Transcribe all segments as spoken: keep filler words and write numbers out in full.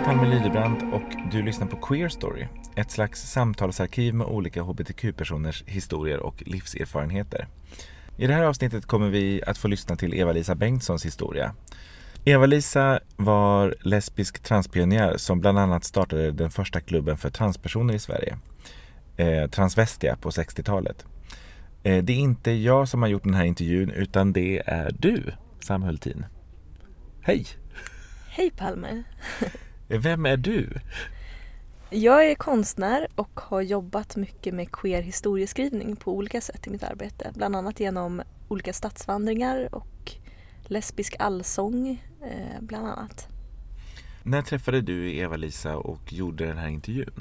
Palme Lydebrand och du lyssnar på Queer Story, ett slags samtalsarkiv med olika hbtq-personers historier och livserfarenheter. I det här avsnittet kommer vi att få lyssna till Eva-Lisa Bengtssons historia. Eva-Lisa var lesbisk transpionjär som bland annat startade den första klubben för transpersoner i Sverige, eh, Transvestia på sextiotalet. Eh, det är inte jag som har gjort den här intervjun utan det är du, Sam Hultin. Hej! Hej Palme! Vem är du? Jag är konstnär och har jobbat mycket med queer historieskrivning på olika sätt i mitt arbete. Bland annat genom olika stadsvandringar och lesbisk allsång, eh, bland annat. När träffade du Eva-Lisa och gjorde den här intervjun?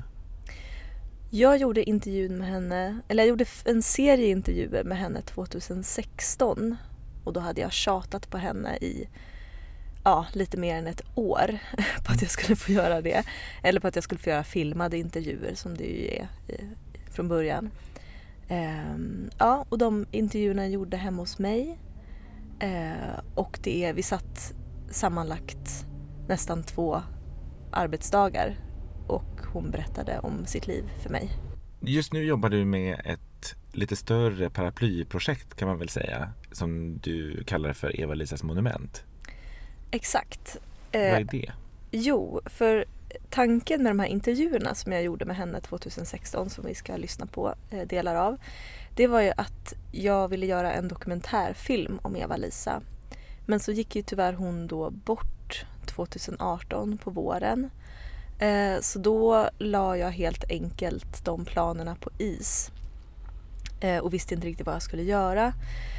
Jag gjorde intervjun med henne, eller jag gjorde en serie intervjuer med henne tjugohundrasexton. Och då hade jag tjatat på henne i ja, lite mer än ett år på att jag skulle få göra det. Eller på att jag skulle få göra filmade intervjuer som det ju är från början. Ehm, ja, och de intervjuerna gjorde hemma hos mig. Ehm, och det är, vi satt sammanlagt nästan två arbetsdagar. Och hon berättade om sitt liv för mig. Just nu jobbar du med ett lite större paraplyprojekt kan man väl säga. Som du kallar för Eva-Lisas monument. Exakt. Vad är det? Eh, jo, för tanken med de här intervjuerna som jag gjorde med henne tjugohundrasexton som vi ska lyssna på eh, delar av. Det var ju att jag ville göra en dokumentärfilm om Eva-Lisa. Men så gick ju tyvärr hon då bort tjugoarton på våren. Eh, så då la jag helt enkelt de planerna på is. Eh, och visste inte riktigt vad jag skulle göra.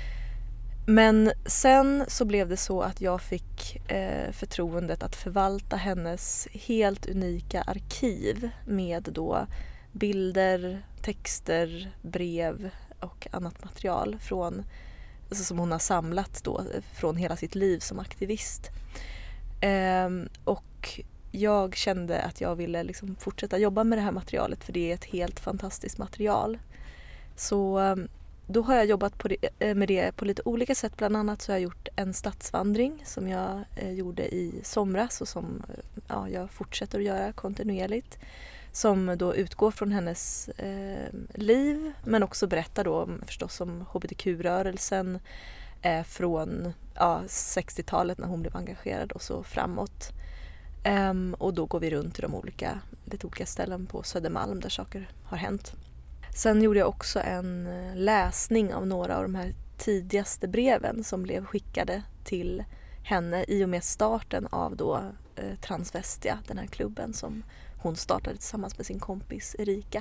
Men sen så blev det så att jag fick eh, förtroendet att förvalta hennes helt unika arkiv med då bilder, texter, brev och annat material från, alltså som hon har samlat då från hela sitt liv som aktivist. Eh, och jag kände att jag ville liksom fortsätta jobba med det här materialet för det är ett helt fantastiskt material. Så då har jag jobbat på det, med det på lite olika sätt. Bland annat så har jag gjort en stadsvandring som jag eh, gjorde i somras och som ja, jag fortsätter att göra kontinuerligt. Som då utgår från hennes eh, liv men också berättar då förstås om hbtq-rörelsen eh, från ja, sextiotalet när hon blev engagerad och så framåt. Um, och då går vi runt till de olika, lite olika ställen på Södermalm där saker har hänt. Sen gjorde jag också en läsning av några av de här tidigaste breven som blev skickade till henne i och med starten av då eh, Transvestia, den här klubben som hon startade tillsammans med sin kompis Erika.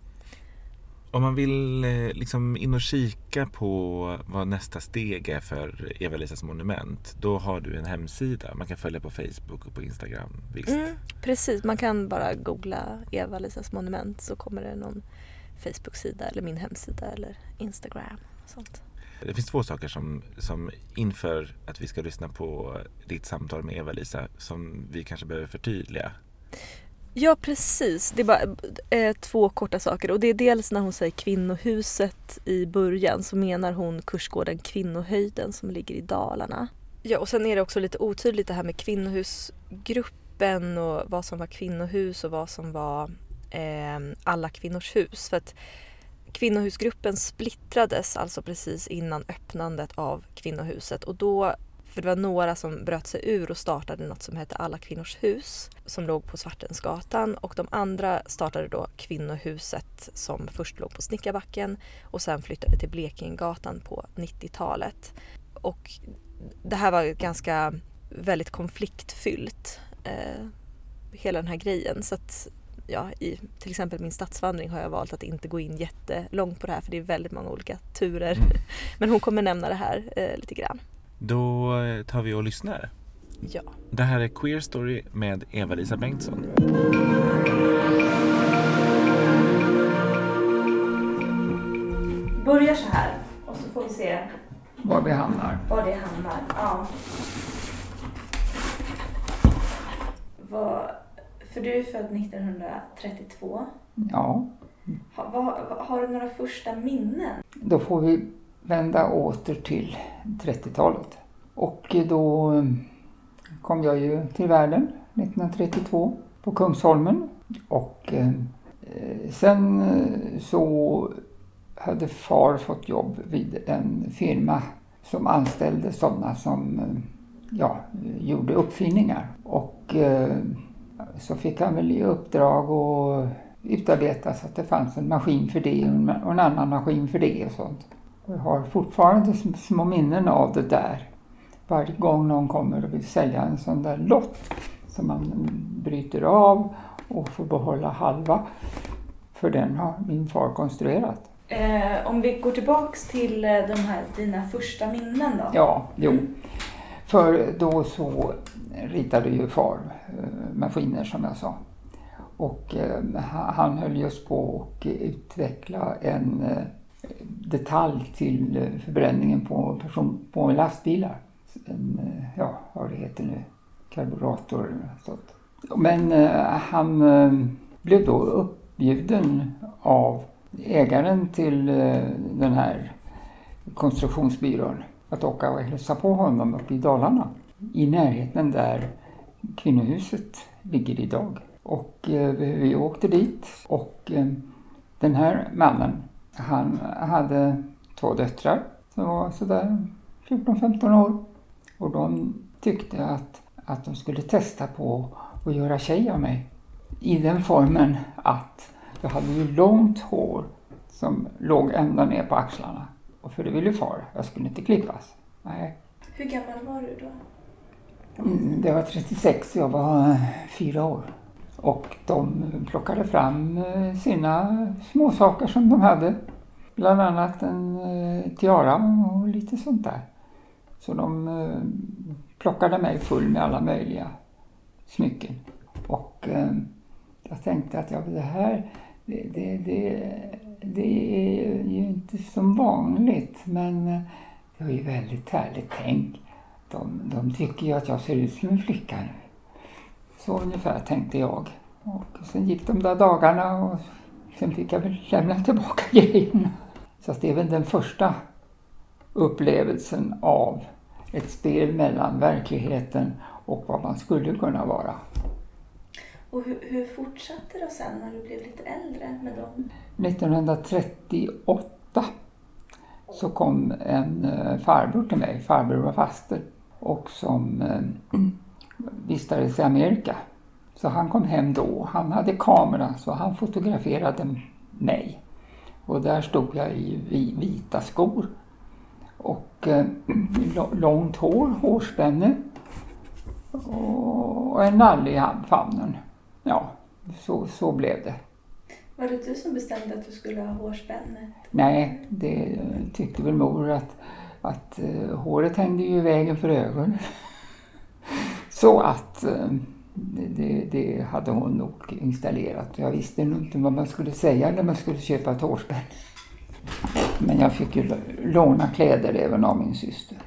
Om man vill eh, liksom in och kika på vad nästa steg är för Eva-Lisas monument, då har du en hemsida. Man kan följa på Facebook och på Instagram, visst? Mm, precis, man kan bara googla Eva-Lisas monument så kommer det någon Facebook-sida eller min hemsida eller Instagram och sånt. Det finns två saker som, som inför att vi ska lyssna på ditt samtal med Eva-Lisa som vi kanske behöver förtydliga. Ja, precis. Det är bara eh, två korta saker. Och det är dels när hon säger kvinnohuset i början så menar hon kursgården Kvinnohöjden som ligger i Dalarna. Ja, och sen är det också lite otydligt det här med kvinnohusgruppen och vad som var kvinnohus och vad som var eh, alla kvinnors hus. För att kvinnohusgruppen splittrades alltså precis innan öppnandet av kvinnohuset och då för det var några som bröt sig ur och startade något som hette Alla kvinnors hus som låg på Svartensgatan och de andra startade då Kvinnohuset som först låg på Snickarbacken och sen flyttade till Blekingegatan på nittiotalet. Och det här var ganska väldigt konfliktfyllt eh, hela den här grejen så att ja, i till exempel min stadsvandring har jag valt att inte gå in jättelångt på det här för det är väldigt många olika turer. Men hon kommer nämna det här eh, lite grann. Då tar vi och lyssnar. Ja. Det här är Queer Story med Eva-Lisa Bengtsson. Börjar så här och så får vi se var vi hamnar. Var det hamnar. Ja. Vad, för du är född nittonhundratrettiotvå. Ja. Ha, vad, har du några första minnen? Då får vi vända åter till trettiotalet. Och då kom jag ju till världen nittonhundratrettiotvå på Kungsholmen. Och eh, sen eh, så hade far fått jobb vid en firma som anställde sådana som eh, ja, gjorde uppfinningar. Och eh, så fick han väl i uppdrag att utarbeta så att det fanns en maskin för det och en annan maskin för det och sånt. Och jag har fortfarande små minnen av det där. Varje gång någon kommer och vill sälja en sån där lott som man bryter av och får behålla halva. För den har min far konstruerat. Eh, om vi går tillbaks till de här dina första minnen då? Ja, jo. För då så ritade ju far eh, maskiner som jag sa. Och eh, han höll just på att utveckla en eh, detalj till eh, förbränningen på, person, på lastbilar. En, eh, ja, vad det heter nu, karburator eller sånt. Men eh, han eh, blev då uppbjuden av ägaren till eh, den här konstruktionsbyrån att åka och hälsa på honom uppe i Dalarna. I närheten där kvinnohuset ligger idag. Och eh, vi åkte dit och eh, den här mannen, han hade två döttrar som var sådär fjorton femton år. Och de tyckte att, att de skulle testa på att göra tjej av mig. I den formen att jag hade ju långt hår som låg ända ner på axlarna. Och för det ville far, jag skulle inte klippas. Nej. Hur gammal var du då? Mm, det var trettiosex, jag var fyra år. Och de plockade fram sina små saker som de hade. Bland annat en tiara och lite sånt där. Så de plockade mig full med alla möjliga smycken. Och jag tänkte att ja, det här det, det, det, det är ju inte som vanligt. Men det var ju väldigt härligt tänk. De, de tycker ju att jag ser ut som en flicka nu. Så ungefär tänkte jag. Och sen gick de där dagarna och sen fick jag väl lämna tillbaka grejerna. Så det är väl den första upplevelsen av ett spel mellan verkligheten och vad man skulle kunna vara. Och hur, hur fortsatte det sen när du blev lite äldre med dem? nittonhundratrettioåtta så kom en farbror till mig, farbror var faster, och som eh, vistades i Amerika. Så han kom hem då, han hade kamera så han fotograferade mig. Och där stod jag i vita skor och eh, långt hår, hårspänne och en nalle i handfamnen. Ja, så, så blev det. Var det du som bestämde att du skulle ha hårspänne? Nej, det tyckte väl mor att, att uh, håret hängde ju i vägen för ögonen. Så att uh, det, det hade hon nog installerat. Jag visste nog inte vad man skulle säga när man skulle köpa ett hårspänne. Men jag fick ju låna kläder även av min syster.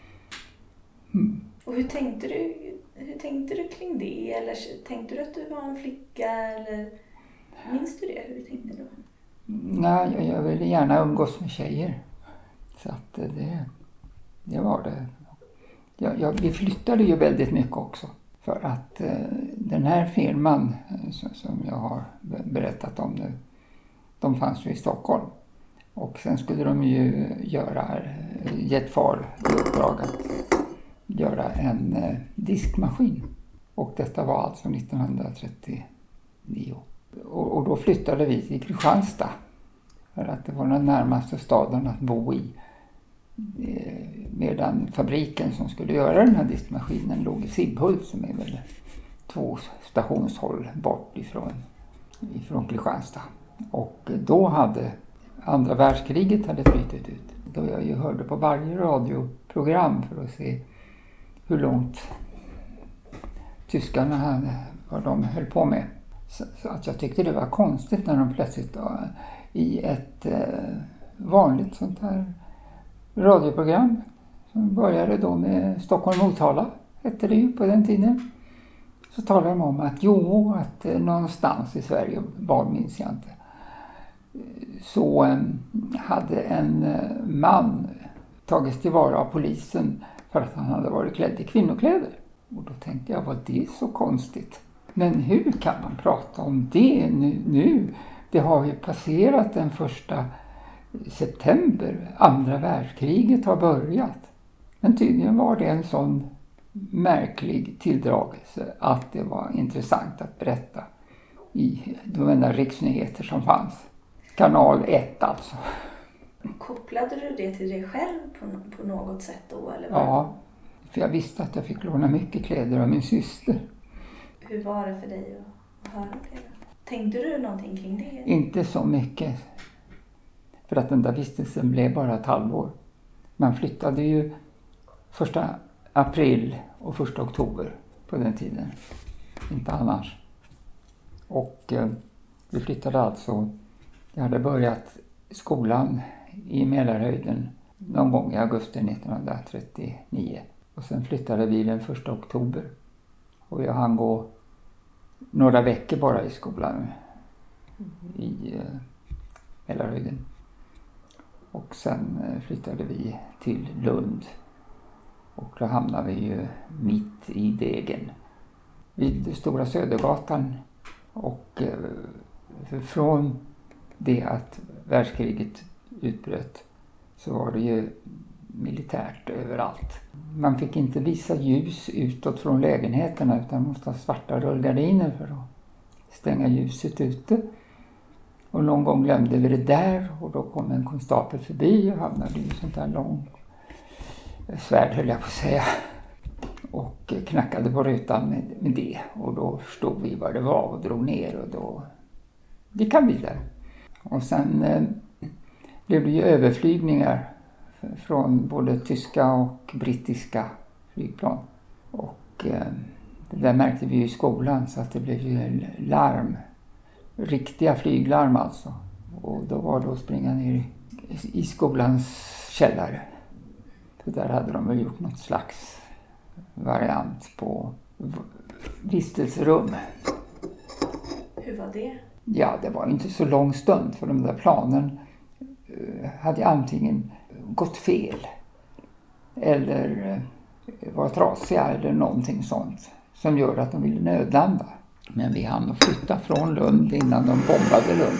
Mm. Och hur tänkte du, hur tänkte du kring det? Eller tänkte du att du var en flicka? Eller minns du det? Hur tänkte du? Nej, jag, jag ville gärna umgås med tjejer. Så att det, det var det. Jag, jag, vi flyttade ju väldigt mycket också. För att eh, den här firman som, som jag har berättat om nu, de fanns ju i Stockholm. Och sen skulle de ju göra, gett far i uppdrag att göra en eh, diskmaskin. Och detta var alltså nittonhundratrettionio. Och, och då flyttade vi till Kristianstad. För att det var den närmaste staden att bo i. Eh, medan fabriken som skulle göra den här diskmaskinen låg i Sibbhult som är väl två stationshåll bort ifrån, ifrån Kristianstad. Och då hade andra världskriget hade flyttat ut. Då jag ju hörde på varje radioprogram för att se hur långt tyskarna hade, vad de höll på med. Så, så att jag tyckte det var konstigt när de plötsligt då, i ett eh, vanligt sånt här radioprogram som började då med Stockholm Motala, hette det ju på den tiden. Så talade de om att jo, att eh, någonstans i Sverige, var minns jag inte, så eh, hade en eh, man tagits tillvara av polisen för att han hade varit klädd i kvinnokläder. Och då tänkte jag, vad det är så konstigt? Men hur kan man prata om det nu? nu? Det har ju passerat den första september. Andra världskriget har börjat. Men tydligen var det en sån märklig tilldragelse att det var intressant att berätta i de enda riksnyheter som fanns. Kanal ett alltså. Kopplade du det till dig själv på, på något sätt då? Eller ja, för jag visste att jag fick låna mycket kläder av min syster. Hur var det för dig att höra det? Tänkte du någonting kring det? Inte så mycket. För att den där vistelsen blev bara ett halvår. Man flyttade ju första april och första oktober på den tiden. Inte annars. Och eh, vi flyttade alltså, jag hade börjat skolan i Mälarhöjden någon gång i augusti nittonhundratrettionio. Och sen flyttade vi den första oktober. Och jag hann gå några veckor bara i skolan i eh, Mälarhöjden. Och sen eh, flyttade vi till Lund. Och då hamnade vi ju mitt i Degen. Vid Stora Södergatan. Och eh, från det att världskriget utbröt så var det ju militärt överallt. Man fick inte visa ljus utåt från lägenheterna utan måste ha svarta rullgardiner för att stänga ljuset ute. Och någon gång glömde vi det där och då kom en konstapel förbi och hamnade i sånt där långt svärd höll jag på att säga. Och knackade på rutan med, med det och då förstod vi vad det var och drog ner och då gick han vidare. Och sen eh, blev det ju överflygningar från både tyska och brittiska flygplan. Och eh, det där märkte vi ju i skolan så att det blev ju larm. Riktiga flyglarm alltså. Och då var det att springa ner i, i skolans källare. För där hade de väl gjort något slags variant på vistelserum. Hur var det? Ja, det var inte så lång stund för de där planen hade antingen gått fel eller var trasiga eller någonting sånt som gör att de ville nödlanda. Men vi hann att flytta från Lund innan de bombade Lund.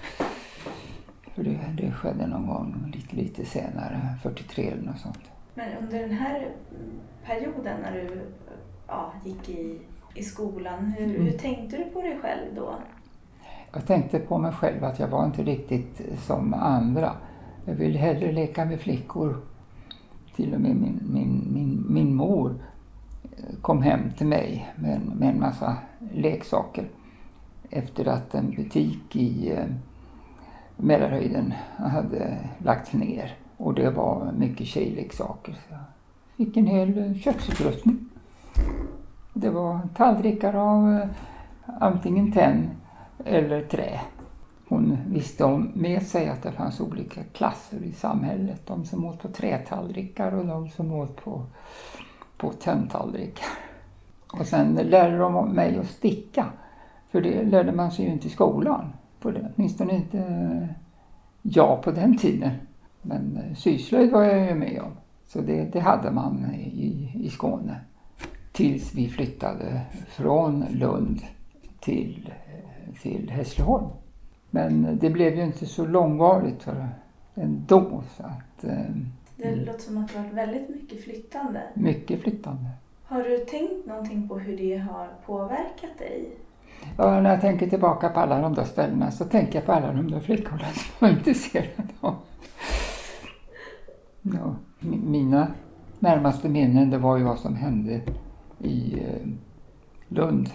För det, det skedde någon gång lite, lite senare, fyrtiotre eller något sånt. Men under den här perioden när du ja, gick i, i skolan, hur, mm. hur tänkte du på dig själv då? Jag tänkte på mig själv att jag var inte riktigt som andra. Jag ville hellre leka med flickor. Till och med min, min, min, min mor kom hem till mig med, med en massa leksaker. Efter att en butik i eh, Mälarhöjden hade lagts ner. Och det var mycket tjejleksaker. Så jag fick en hel köksutrustning. Det var tallrikar av eh, antingen tenn eller trä. Hon visste om med sig att det fanns olika klasser i samhället. De som åt på trätallrikar och de som åt på, på tenntallrikar. Och sen lärde de mig att sticka. För det lärde man sig ju inte i skolan. På det. Åtminstone inte jag på den tiden. Men syslöjd var jag ju med om. Så det, det hade man i, i Skåne. Tills vi flyttade från Lund till, till Hässleholm. Men det blev ju inte så långvarigt för ändå. Så att, eh, det låter som att det har varit väldigt mycket flyttande. Mycket flyttande. Har du tänkt någonting på hur det har påverkat dig? Ja, när jag tänker tillbaka på alla de där ställena så tänker jag på alla de där flickorna som jag är intresserad av. Ja, mina närmaste minnen det var ju vad som hände i eh, Lund.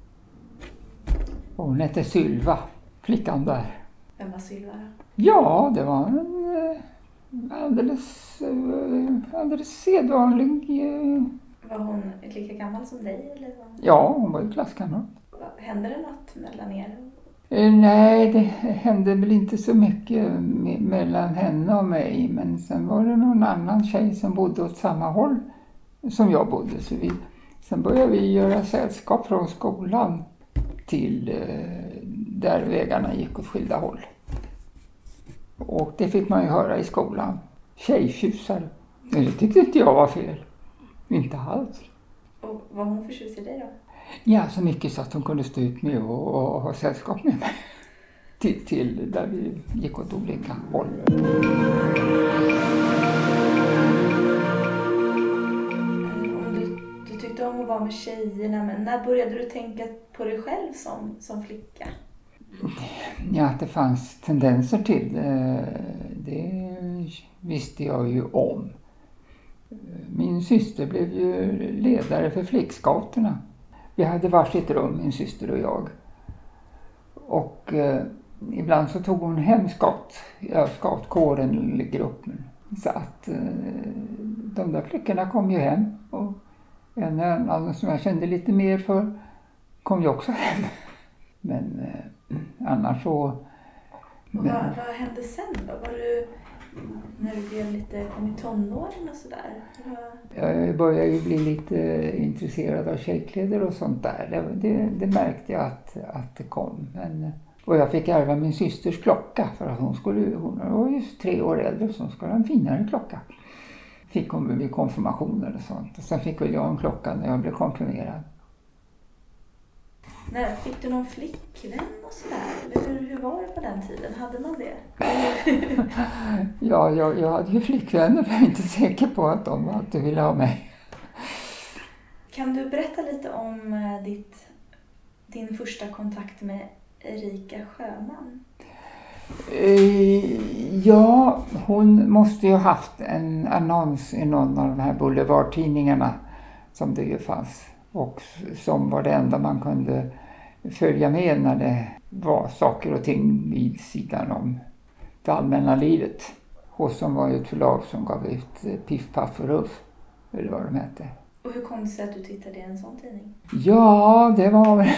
Och hon hette Sylva, flickan där. Vem var Sylva då? Ja, det var en eh, alldeles, eh, alldeles sedvanlig... Eh... Var hon lika gammal som dig? Eller var hon... Ja, hon var ju klasskamrat. Hände det något mellan er? Eh, nej, det hände väl inte så mycket me- mellan henne och mig. Men sen var det någon annan tjej som bodde åt samma håll som jag bodde. Så vi, sen började vi göra sällskap från skolan till eh, där vägarna gick åt skilda håll. Och det fick man ju höra i skolan. Tjejtjusar. Det tyckte inte jag var fel. Inte alls. Och var hon förtjust i dig då? Ja, så mycket så att hon kunde stå ut med och, och, och ha sällskap med mig. Till, till där vi gick åt olika håll. Du, du tyckte om att vara med tjejerna, men när började du tänka på dig själv som, som flicka? Ja, att det fanns tendenser till det, det visste jag ju om. Min syster blev ju ledare för flickscouterna. Vi hade varsitt rum, min syster och jag. Och eh, ibland så tog hon hem scout, ja, scoutkåren eller gruppen. Så att eh, de där flickorna kom ju hem. Och en annan som jag kände lite mer för kom ju också hem. Men eh, annars så... Och vad, vad hände sen då? Var du, när du blev lite, kom i tonåren och sådär? Vad... Jag började ju bli lite intresserad av tjejkläder och sånt där. Det, det, det märkte jag att, att det kom. Men, och jag fick ärva min systers klocka för att hon skulle, hon var just tre år äldre så hon skulle ha en finare klocka. Fick hon vid konfirmationer och sånt. Och sen fick jag en klocka när jag blev konfirmerad. Nej, fick du någon flickvän och sådär? Hur, hur var det på den tiden? Hade man det? ja, jag, jag hade ju flickvänner men jag är inte säker på att de alltid ville ha mig. Kan du berätta lite om ditt, din första kontakt med Erika Sjöman? Ja, hon måste ju ha haft en annons i någon av de här boulevardtidningarna som det ju fanns. Och som var det enda man kunde följa med när det var saker och ting vid sidan om det allmänna livet. Och som var ju ett förlag som gav ut Piff, Paff och Ruff, eller vad de hette. Och hur kom det sig att du tittade i en sån tidning? Ja, det var...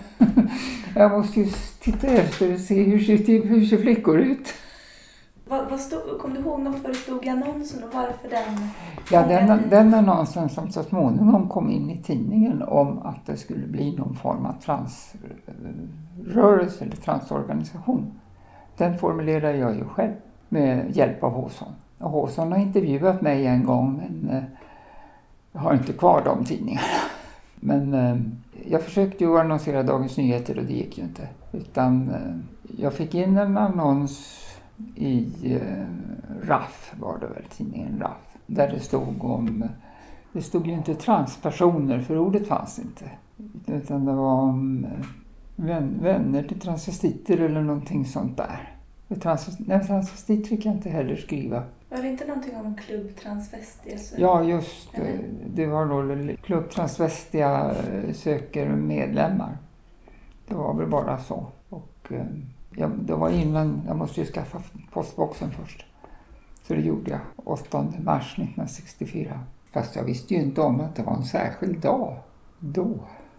jag måste ju titta efter och se hur ser, hur ser flickor ut. Vad, vad stod, kom du ihåg något vad det stod i annonsen och varför den? Ja, den, den annonsen som så småningom kom in i tidningen om att det skulle bli någon form av transrörelse eller transorganisation. Den formulerade jag ju själv med hjälp av Håsson. Och Håsson har intervjuat mig en gång men eh, jag har inte kvar de tidningarna. Men eh, jag försökte ju annonsera Dagens Nyheter och det gick ju inte. Utan eh, jag fick in en annons i eh, R A F var det väl, tidningen R A F. Där det stod om, det stod ju inte transpersoner för ordet fanns inte. Utan det var om vän, vänner till transvestiter eller någonting sånt där. Trans, nej, transvestit fick jag inte heller skriva. Var det inte någonting om Klubb Transvestia? Ja, just det. Det var då Klubb Transvestia söker medlemmar. Det var väl bara så. Och jag, det var innan, jag måste ju skaffa postboxen först. Så det gjorde jag åttonde mars nittonhundrasextiofyra. Fast jag visste ju inte om att det var en särskild dag då.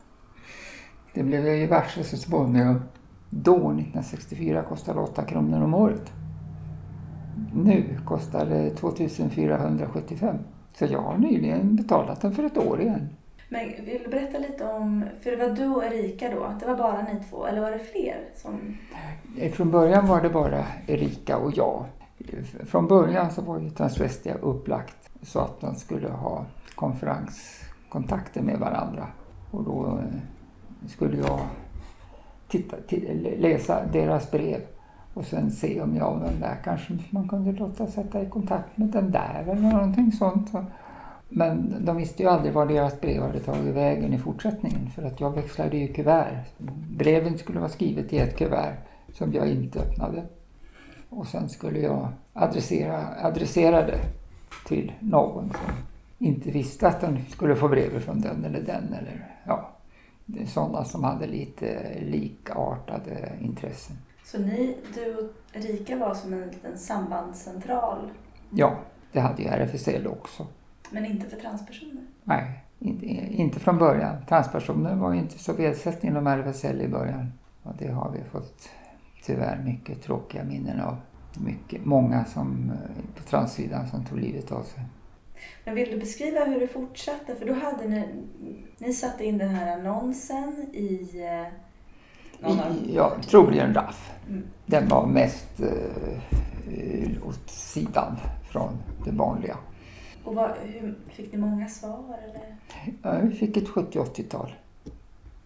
Det blev jag ju varse så småningom. Då nittonhundrasextiofyra kostade åtta kronor om året. Nu kostar det tvåtusenfyrahundrasjuttiofem. Så jag har nyligen betalat den för ett år igen. Men vill du berätta lite om, för det var du och Erika då, det var bara ni två, eller var det fler som... Från början var det bara Erika och jag. Från början så var ju Transvestia upplagt så att man skulle ha konferenskontakter med varandra. Och då skulle jag titta, läsa deras brev och sen se om jag och den där kanske man kunde låta sätta i kontakt med den där eller någonting sånt. Men de visste ju aldrig var deras brev hade tagit vägen i fortsättningen för att jag växlade ju kuvert. Breven skulle vara skrivet i ett kuvert som jag inte öppnade. Och sen skulle jag adressera, adressera det till någon som inte visste att de skulle få brev från den eller den. Eller, ja, det är sådana som hade lite likartade intressen. Så ni, du och Erika var som en liten sambandscentral? Ja, det hade ju R F S L också. Men inte för transpersoner? Nej, inte, inte från början. Transpersoner var ju inte så välsett inom R F S L i början. Och det har vi fått tyvärr mycket tråkiga minnen av. Mycket, många som på transsidan som tog livet av sig. Men vill du beskriva hur det fortsatte? För då hade ni, ni satte in den här annonsen i... I ja, troligen R A F. Mm. Den var mest eh, åt sidan från det vanliga. Och vad, hur, fick ni många svar? Eller? Ja, vi fick ett sjuttio-åttiotal.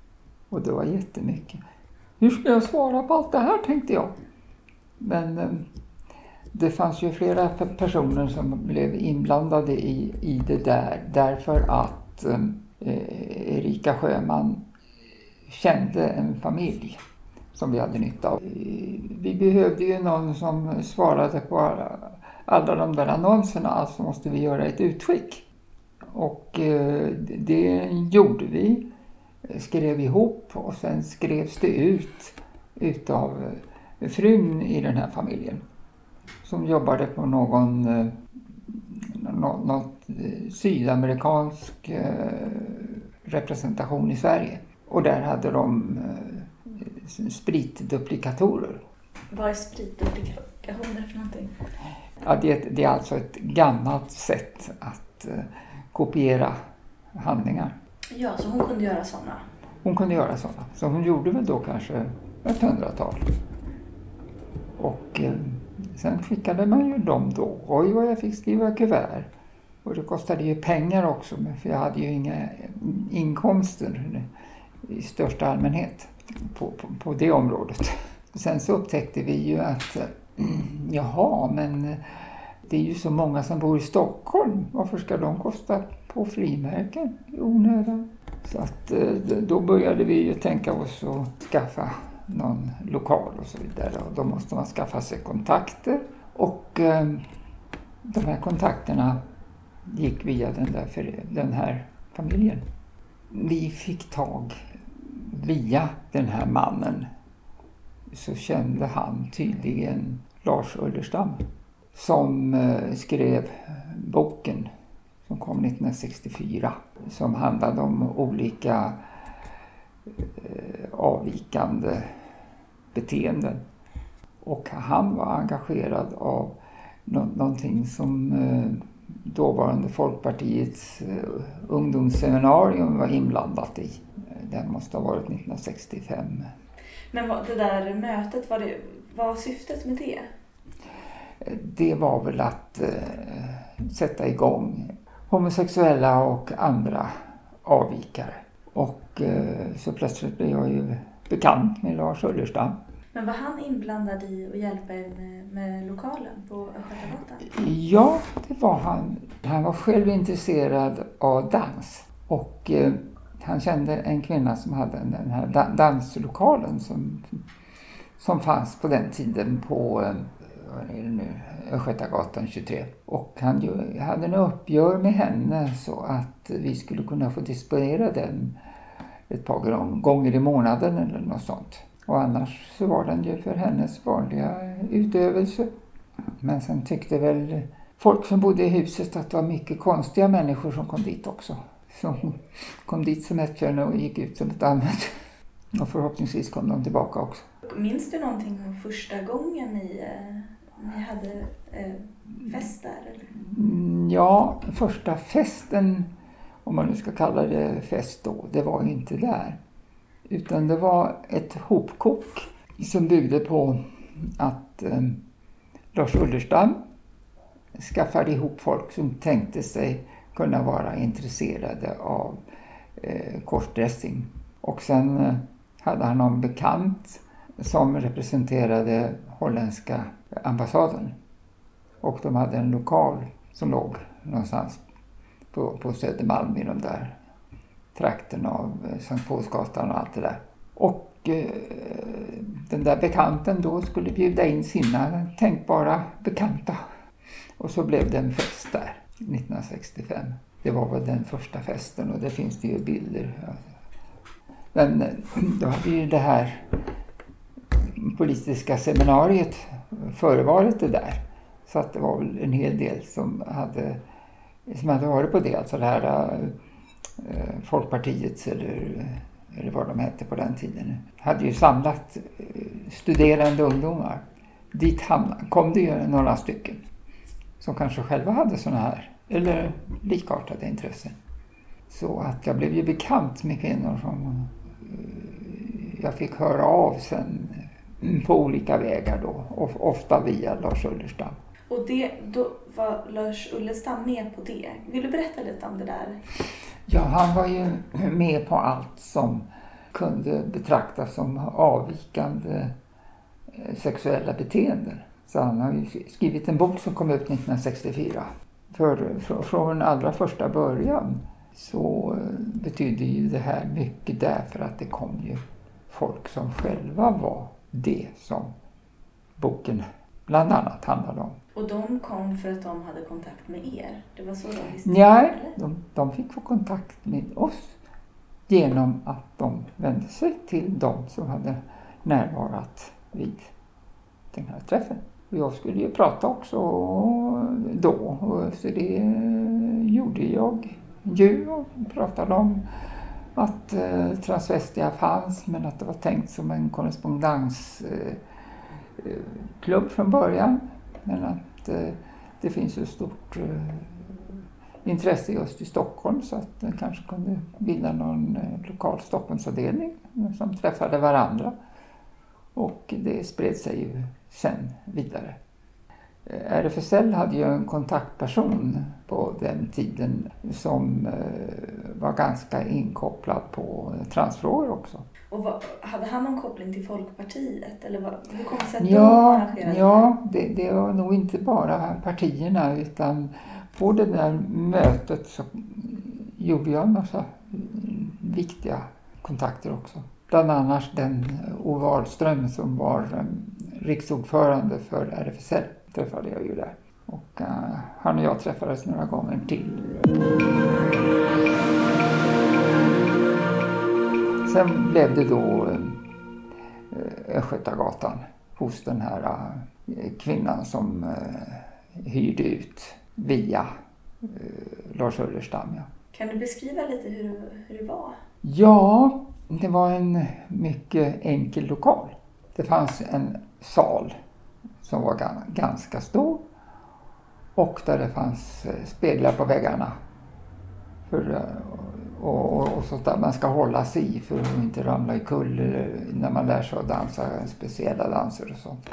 Och det var jättemycket. Hur ska jag svara på allt det här, tänkte jag. Men eh, det fanns ju flera personer som blev inblandade i, i det där. Därför att eh, Erika Sjöman kände en familj som vi hade nytta av. Vi behövde ju någon som svarade på alla, alla de där annonserna, alltså måste vi göra ett utskick. Och eh, det gjorde vi, skrev ihop och sen skrevs det ut utav frun i den här familjen som jobbade på någon eh, något, något sydamerikansk eh, representation i Sverige. Och där hade de eh, spritduplikatorer. Vad är spritduplikationer för någonting? Ja, det, det är alltså ett gammalt sätt att eh, kopiera handlingar. Ja, så hon kunde göra sådana? Hon kunde göra sådana. Så hon gjorde väl då kanske ett hundratal. Och eh, sen skickade man ju dem då. Oj, vad jag fick skriva kuvert. Och det kostade ju pengar också, för jag hade ju inga inkomster i största allmänhet på, på, på det området. Sen så upptäckte vi ju att jaha, men det är ju så många som bor i Stockholm. Varför ska de kosta på frimärken i onödan? Så att då började vi ju tänka oss att skaffa någon lokal och så vidare. Och då måste man skaffa sig kontakter. Och eh, de här kontakterna gick via den, där för, den här familjen. Vi fick tag via den här mannen. Så kände han tydligen Lars Ullerstam som eh, skrev boken som kom nittonhundrasextiofyra som handlade om olika eh, avvikande beteenden. Och han var engagerad av nå- någonting som eh, dåvarande Folkpartiets eh, ungdomsseminarium var inblandat i. Det måste ha varit nittonhundrasextiofem. Men vad, det där mötet, var det, vad var syftet med det? Det var väl att eh, sätta igång homosexuella och andra avvikare. Och eh, så plötsligt blev jag ju bekant med Lars Ullerstam. Men var han inblandad i att hjälpa er med, med lokalen på Östgötagatan? Ja, det var han. Han var själv intresserad av dans. Och eh, han kände en kvinna som hade den här da- danslokalen som, som fanns på den tiden på eh, vad är det nu? Östgötagatan tjugotre. Och han ju, hade en uppgör med henne så att vi skulle kunna få disponera den ett par gånger i månaden eller något sånt. Och annars så var den ju för hennes vanliga utövelse. Men sen tyckte väl folk som bodde i huset att det var mycket konstiga människor som kom dit också. Så hon kom dit som ett kön och gick ut som ett annat. Och förhoppningsvis kom de tillbaka också. Minns du någonting om första gången ni, eh, ni hade eh, fest där? Eller? Mm, ja, första festen, om man nu ska kalla det fest då, det var inte där. Utan det var ett hopkok som byggde på att eh, Lars Ullerstam skaffade ihop folk som tänkte sig kunna vara intresserade av eh, korsdressing. Och sen eh, hade han någon bekant som representerade holländska ambassaden. Och de hade en lokal som låg någonstans på, på Södermalm i de där trakten av Sankt Paulsgatan och allt det där. Och eh, den där bekanten då skulle bjuda in sina tänkbara bekanta. Och så blev det en fest där nittonhundrasextiofem. Det var väl den första festen och det finns det ju bilder. Men då hade ju det här politiska seminariet förevarit det där. Så att det var väl en hel del som hade, som hade varit på det. Alltså det här eh, Folkpartiets eller, eller vad de hette på den tiden. Hade ju samlat eh, studerande ungdomar. Dit hamnade, kom det ju några stycken. Som kanske själva hade såna här eller likartade intressen. Så att jag blev ju bekant med kvinnor som eh, jag fick höra av sen på olika vägar då. Och ofta via Lars Ullerstam. Och det, då var Lars Ullerstam med på det. Vill du berätta lite om det där? Ja, han var ju med på allt som kunde betraktas som avvikande sexuella beteenden. Så han har ju skrivit en bok som kom ut nittonhundrasextiofyra. För från allra första början så betydde ju det här mycket därför att det kom ju folk som själva var det som boken bland annat handlade om. Och de kom för att de hade kontakt med er? Det var så de visste? Nej, de, de fick få kontakt med oss genom att de vände sig till de som hade närvarat vid den här träffen. Och jag skulle ju prata också då, och så det gjorde jag ju och pratade om att eh, transvestia fanns, men att det var tänkt som en korrespondensklubb eh, från början. Men att eh, det finns ett stort eh, intresse just i Stockholm, så att den kanske kunde bilda någon eh, lokal Stockholmsavdelning som träffade varandra. Och det spred sig ju sen vidare. R F S L hade ju en kontaktperson på den tiden som var ganska inkopplad på transfrågor också. Och vad, hade han någon koppling till Folkpartiet? Eller vad, hur kom det sig att ja, de arrangerade ja det, det var nog inte bara partierna, utan på det där mötet så gjorde jag en massa viktiga kontakter också. Bland annat den Ove Ahlström som var riksordförande för R F S L träffade jag ju där. Och uh, han och jag träffades några gånger till. Sen blev det då uh, Östgötagatan hos den här uh, kvinnan som uh, hyrde ut via uh, Lars Ullerstam. Ja. Kan du beskriva lite hur, hur det var? Ja, det var en mycket enkel lokal. Det fanns en sal som var ganska stor och där det fanns speglar på väggarna för, och, och, och så där man ska hålla sig i för att inte ramla i kull när man lär sig att dansa speciella danser och sånt.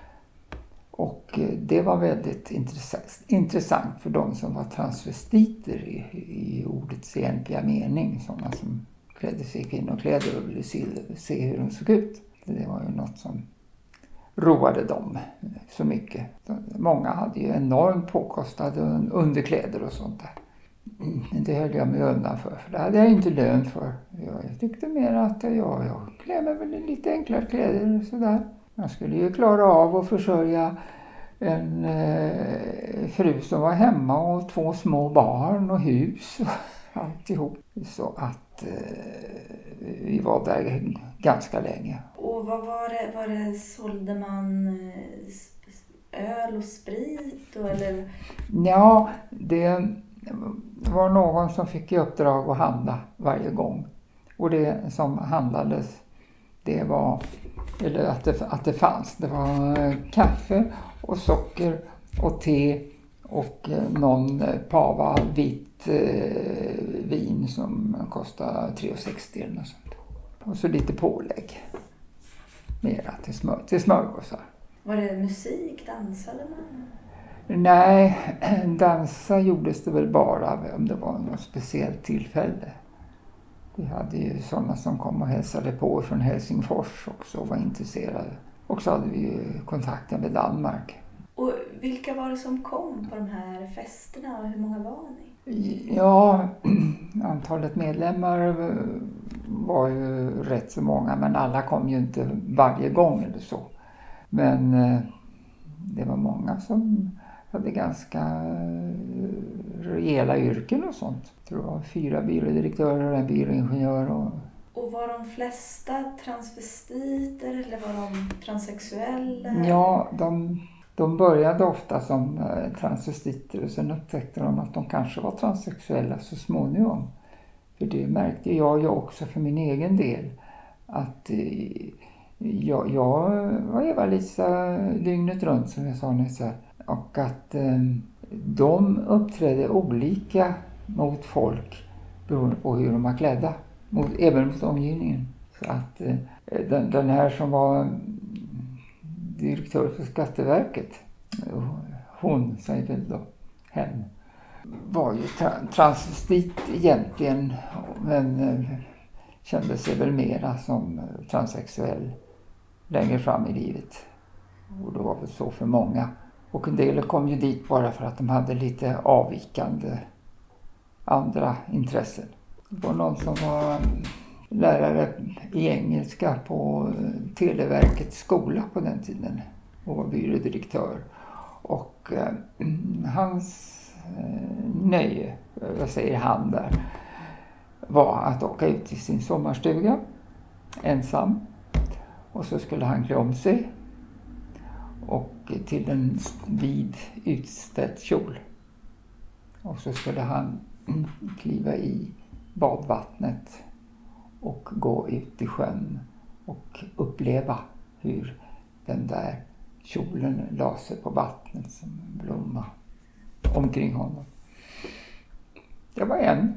Och det var väldigt intressant, intressant för de som var transvestiter i, i ordets egentliga mening, sådana som klädde sig i kvinnokläder och ville se, se hur de såg ut. Det var ju något som roade dem så mycket. Många hade ju enormt påkostade underkläder och sånt där. Det höll jag mig undan för, för det hade jag inte lön för. Jag tyckte mer att ja, jag klär mig väl i lite enklare kläder och sådär. Jag skulle ju klara av att försörja en eh, fru som var hemma och två små barn och hus och alltihop. Så att eh, vi var där ganska länge. Och vad var det? Var det sålde man öl och sprit? Då, eller? Ja, det var någon som fick i uppdrag att handla varje gång. Och det som handlades, det var, eller att det, att det fanns, det var kaffe och socker och te och någon pava vitt eh, vin som kostade tre kronor sextio eller något sånt. Och så lite pålägg. Mera till, smör, till smörgåsar. Var det musik? Dansade man? Nej, dansa gjordes det väl bara om det var något speciellt tillfälle. Vi hade ju sådana som kom och hälsade på från Helsingfors också och var intresserade. Och så hade vi ju kontakten med Danmark. Och vilka var det som kom på de här festerna och hur många var ni? Ja, antalet medlemmar var ju rätt så många, men alla kom ju inte varje gång eller så. Men det var många som hade ganska rejäla yrken och sånt. Jag tror det var fyra byrådirektörer och en byråingenjör. Och... och var de flesta transvestiter eller var de transsexuella? Ja, de, de började ofta som transvestiter och sen upptäckte de att de kanske var transsexuella så småningom. För det märkte jag ju också för min egen del. Att jag, jag var Eva-Lisa dygnet runt som jag sa nyss här. Och att eh, de uppträdde olika mot folk beroende på hur de var klädda. Mot, även mot omgivningen. Så att eh, den, den här som var direktör för Skatteverket, hon säger väl då, hen, var ju tra- transvestit egentligen. Men eh, kände sig väl mera som transsexuell längre fram i livet. Och det var väl så för många. Och en del kom ju dit bara för att de hade lite avvikande andra intressen. Det var någon som var lärare i engelska på Televerkets skola på den tiden och var byrådirektör. Och eh, hans eh, nöje, jag säger han där, var att åka ut till sin sommarstuga ensam. Och så skulle han klä om sig och till en vid utställd kjol. Och så skulle han kliva i badvattnet och gå ut i sjön och uppleva hur den där kjolen la sig på vattnet som en blomma omkring honom. Det var en.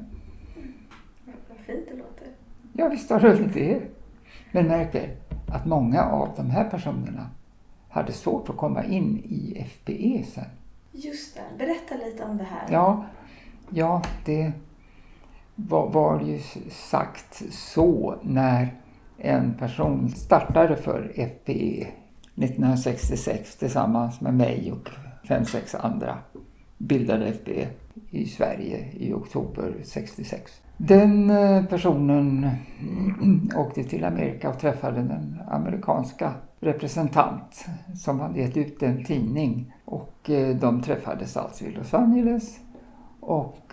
Vad fint det låter. Ja, visst var det det. Men märk väl att många av de här personerna hade svårt att komma in i F P E sen. Just det, berätta lite om det här. Ja, ja det var, var ju sagt så när en person startade för F P E nittonhundrasextiosex tillsammans med mig och fem, sex andra bildade F P E i Sverige i oktober sextiosex. Den personen åkte till Amerika och träffade den amerikanska representant som hade gett ut en tidning. Och de träffades alltså i Los Angeles. Och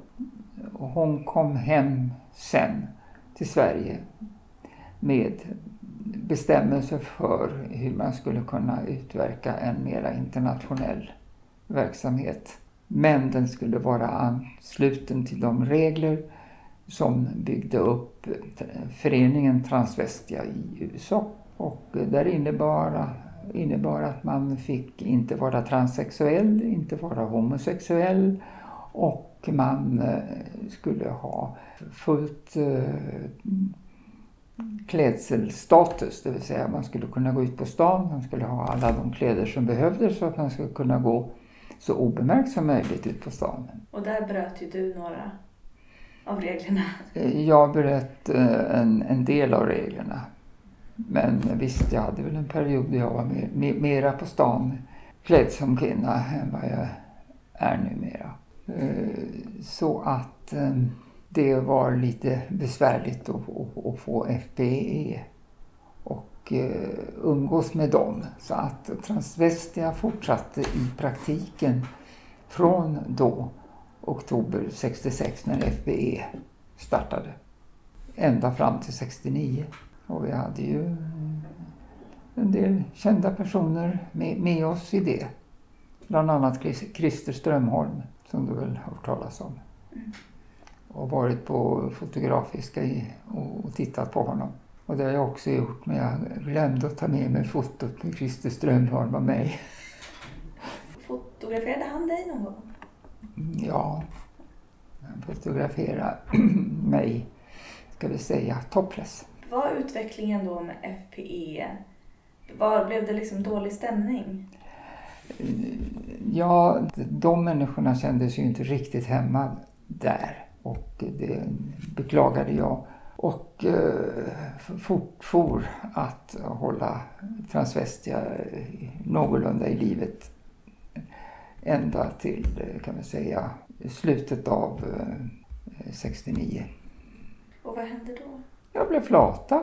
hon kom hem sen till Sverige med bestämmelser för hur man skulle kunna utverka en mera internationell verksamhet. Men den skulle vara ansluten till de regler som byggde upp föreningen Transvestia i U S A. Och där innebar, innebar att man fick inte vara transsexuell, inte vara homosexuell och man skulle ha fullt klädselstatus, det vill säga man skulle kunna gå ut på stan, man skulle ha alla de kläder som behövdes så att man skulle kunna gå så obemärkt som möjligt ut på stan. Och där bröt ju du några av reglerna. Jag bröt en, en del av reglerna. Men visst, jag hade väl en period där jag var mer, mer, mera på stan klädd som kvinna än vad jag är numera. Så att det var lite besvärligt att, att, att få F P E och umgås med dem. Så att Transvestia fortsatte i praktiken från då oktober sextiosex när F P E startade. Ända fram till sextionio. Och vi hade ju en del kända personer med, med oss i det. Bland annat Christer Strömholm som du väl har hört talas om. Och varit på Fotografiska i, och tittat på honom. Och det har jag också gjort, men jag glömde att ta med mig fotot med Christer Strömholm och mig. Fotograferade han dig någon gång? Ja, han fotograferade mig, ska vi säga, topless. Var utvecklingen då med F P E? Var blev det liksom dålig stämning? Ja, de människorna kände sig ju inte riktigt hemma där. Och det beklagade jag. Och eh, fortfor att hålla Transvestia någorlunda i livet. Ända till, kan man säga, slutet av eh, sextionio. Och vad hände då? Jag blev flata.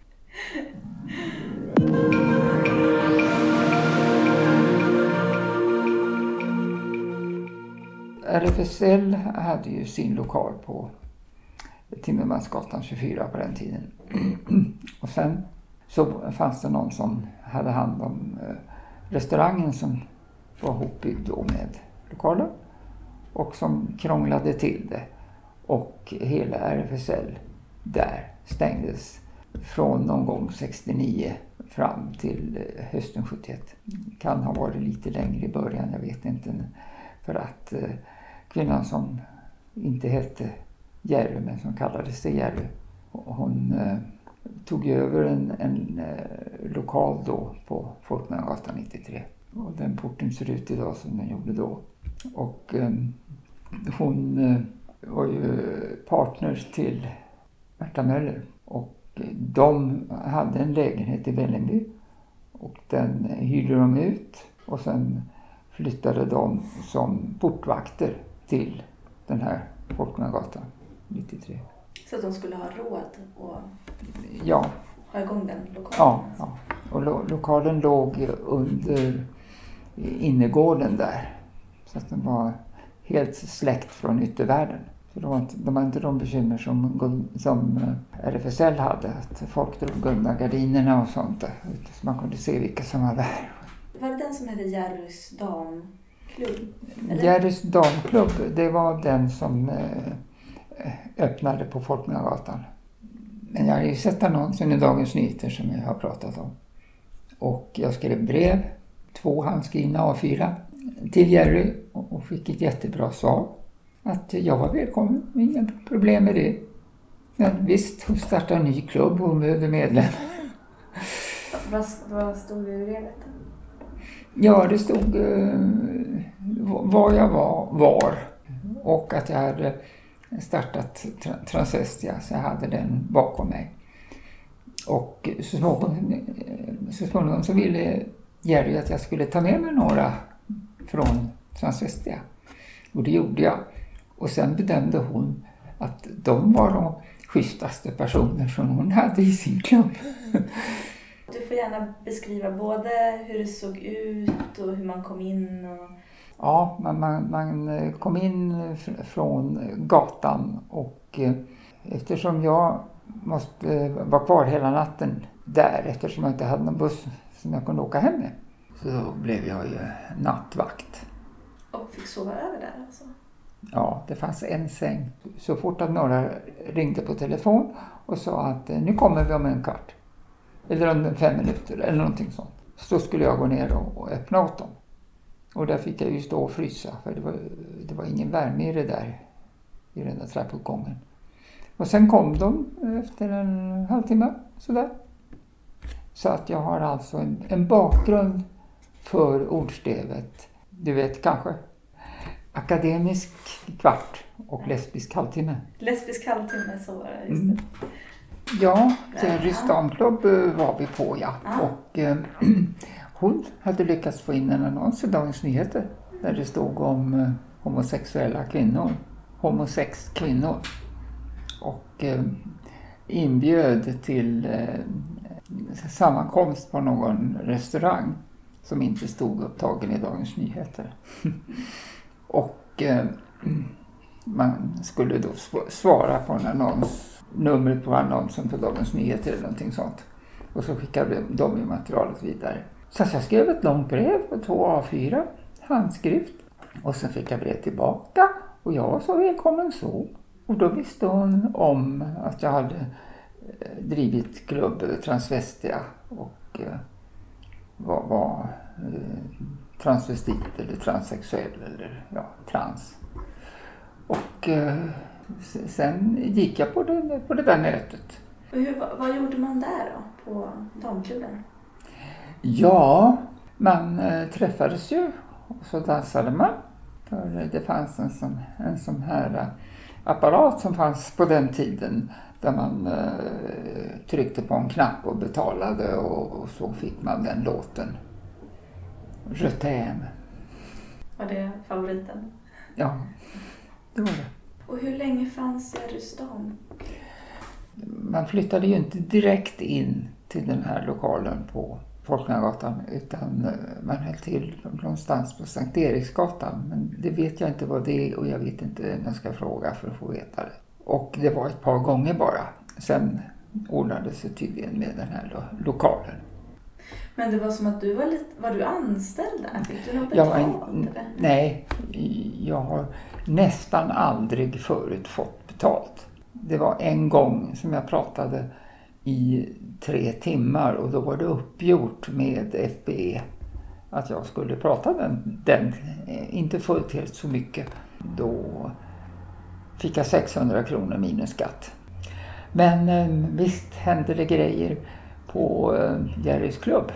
R F S L hade ju sin lokal på Timmermansgatan tjugofyra på den tiden. Och sen så fanns det någon som hade hand om restaurangen som var hopbyggd då med lokaler och som krånglade till det. Och hela R F S L där stängdes från någon gång sextionio fram till hösten sjuttioett. Kan ha varit lite längre i början, jag vet inte. För att eh, kvinnan som inte hette Jerry men som kallades sig Jerry, hon eh, tog över en, en eh, lokal då på Folkungagatan nittiotre. Och den porten ser ut idag som den gjorde då. Och eh, hon eh, var ju partner till Märta Möller Och de hade en lägenhet i Vällingby och den hyrde de ut och sen flyttade de som portvakter till den här Folkungagatan nittiotre. Så att de skulle ha råd och ja. ha igång den lokalen? Ja, ja. Och lo- lokalen låg under innergården där. Så att den var helt släckt från yttervärlden. Så det var inte, de var inte de bekymmer som, som R F S L hade. Att folk drog undan gardinerna och sånt där. Så man kunde se vilka som var där. Var det den som hette Jerrys damklubb? Jerrys damklubb, det var den som eh, öppnade på Folkungagatan. Men jag har ju sett annonsen i Dagens Nyheter som jag har pratat om. Och jag skrev brev, två handskrivna A fyra, till Jerry och fick ett jättebra svar. Att jag var välkommen, inga problem med det. Men visst, hon startade en ny klubb och hon behövde medlem. Vad, vad stod det i brevet? Ja, det stod eh, var jag var, var och att jag hade startat tra- Transvestia, så jag hade den bakom mig. Och så småningom, så småningom så ville Jerry att jag skulle ta med mig några från Transvestia. Och det gjorde jag. Och sen bedömde hon att de var de schysstaste personer som hon hade i sin klubb. Du får gärna beskriva både hur det såg ut och hur man kom in. Och... Ja, man, man, man kom in från gatan och eftersom jag måste vara kvar hela natten där, eftersom jag inte hade någon buss som jag kunde åka hem med, så blev jag ju nattvakt. Och fick sova över där alltså? Ja, det fanns en säng. Så fort att några ringde på telefon och sa att nu kommer vi om en kvart. Eller om fem minuter eller någonting sånt. Så skulle jag gå ner och, och öppna åt dem. Och där fick jag ju stå och frysa. För det var, det var ingen värme i det där. I den där trappuppgången. Och sen kom de efter en halvtimme. Sådär. Så att jag har alltså en, en bakgrund för ordstävet. Du vet kanske. Akademisk kvart och lesbisk halvtimme. Lesbisk halvtimme, så var det, just det. Mm. Ja, Jerrys damklubb var vi på, ja. Ah. Och eh, hon hade lyckats få in en annons i Dagens Nyheter där det stod om eh, homosexuella kvinnor. Homosex kvinnor. Och eh, inbjöd till eh, sammankomst på någon restaurang som inte stod upptagen i Dagens Nyheter. Och eh, man skulle då svara på en annons, numret på annonsen på Dagens Nyheter eller någonting sånt. Och så skickade de ju materialet vidare. Så jag skrev ett långt brev på två A fyra, handskrift. Och sen fick jag brev tillbaka och jag var så välkommen så. Och då visste hon om att jag hade drivit klubb Transvestia och eh, var, var eh, transvestit eller transsexuell eller ja, trans. Och eh, sen gick jag på det, på det där mötet. Och hur, vad, vad gjorde man där då på damklubben? Ja, man eh, träffades ju och så dansade man. För det fanns en sån, en sån här eh, apparat som fanns på den tiden där man eh, tryckte på en knapp och betalade och, och så fick man den låten. Je t'aime. Var det favoriten? Ja, det var det. Och hur länge fanns Jerrys dam? Man flyttade ju inte direkt in till den här lokalen på Folkungagatan utan man höll till någonstans på Sankt Eriksgatan. Men det vet jag inte vad det är och jag vet inte vem jag ska fråga för att få veta det. Och det var ett par gånger bara. Sen ordnade sig tydligen med den här lo- lokalen. Men det var som att du var lite, var du anställd där? Fick du något Jag betalt? var, eller? nej, jag har nästan aldrig förut fått betalt. Det var en gång som jag pratade i tre timmar och då var det uppgjort med F B E att jag skulle prata den, den inte fullt helt så mycket. Då fick jag sexhundra kronor minus skatt. Men eh, visst hände det grejer på eh, Jerrys klubb.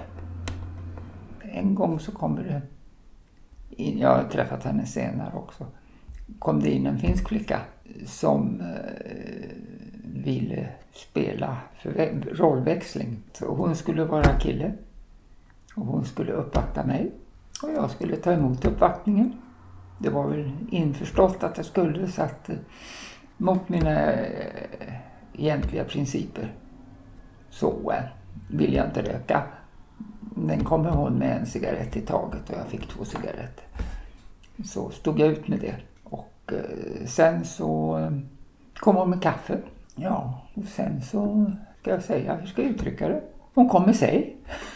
En gång så kommer det in, jag har träffat henne senare också, kom det in en finsk flicka som eh, ville spela för rollväxling. Så hon skulle vara kille och hon skulle uppvakta mig och jag skulle ta emot uppvaktningen. Det var väl införstått att jag skulle, så att mot mina egentliga principer så vill jag inte röka. Den kommer hon med en cigarett i taget och jag fick två cigaretter. Så stod jag ut med det. Och sen så kom hon med kaffe. Ja, och sen så ska jag säga, hur ska jag uttrycka det? Hon kom med sig.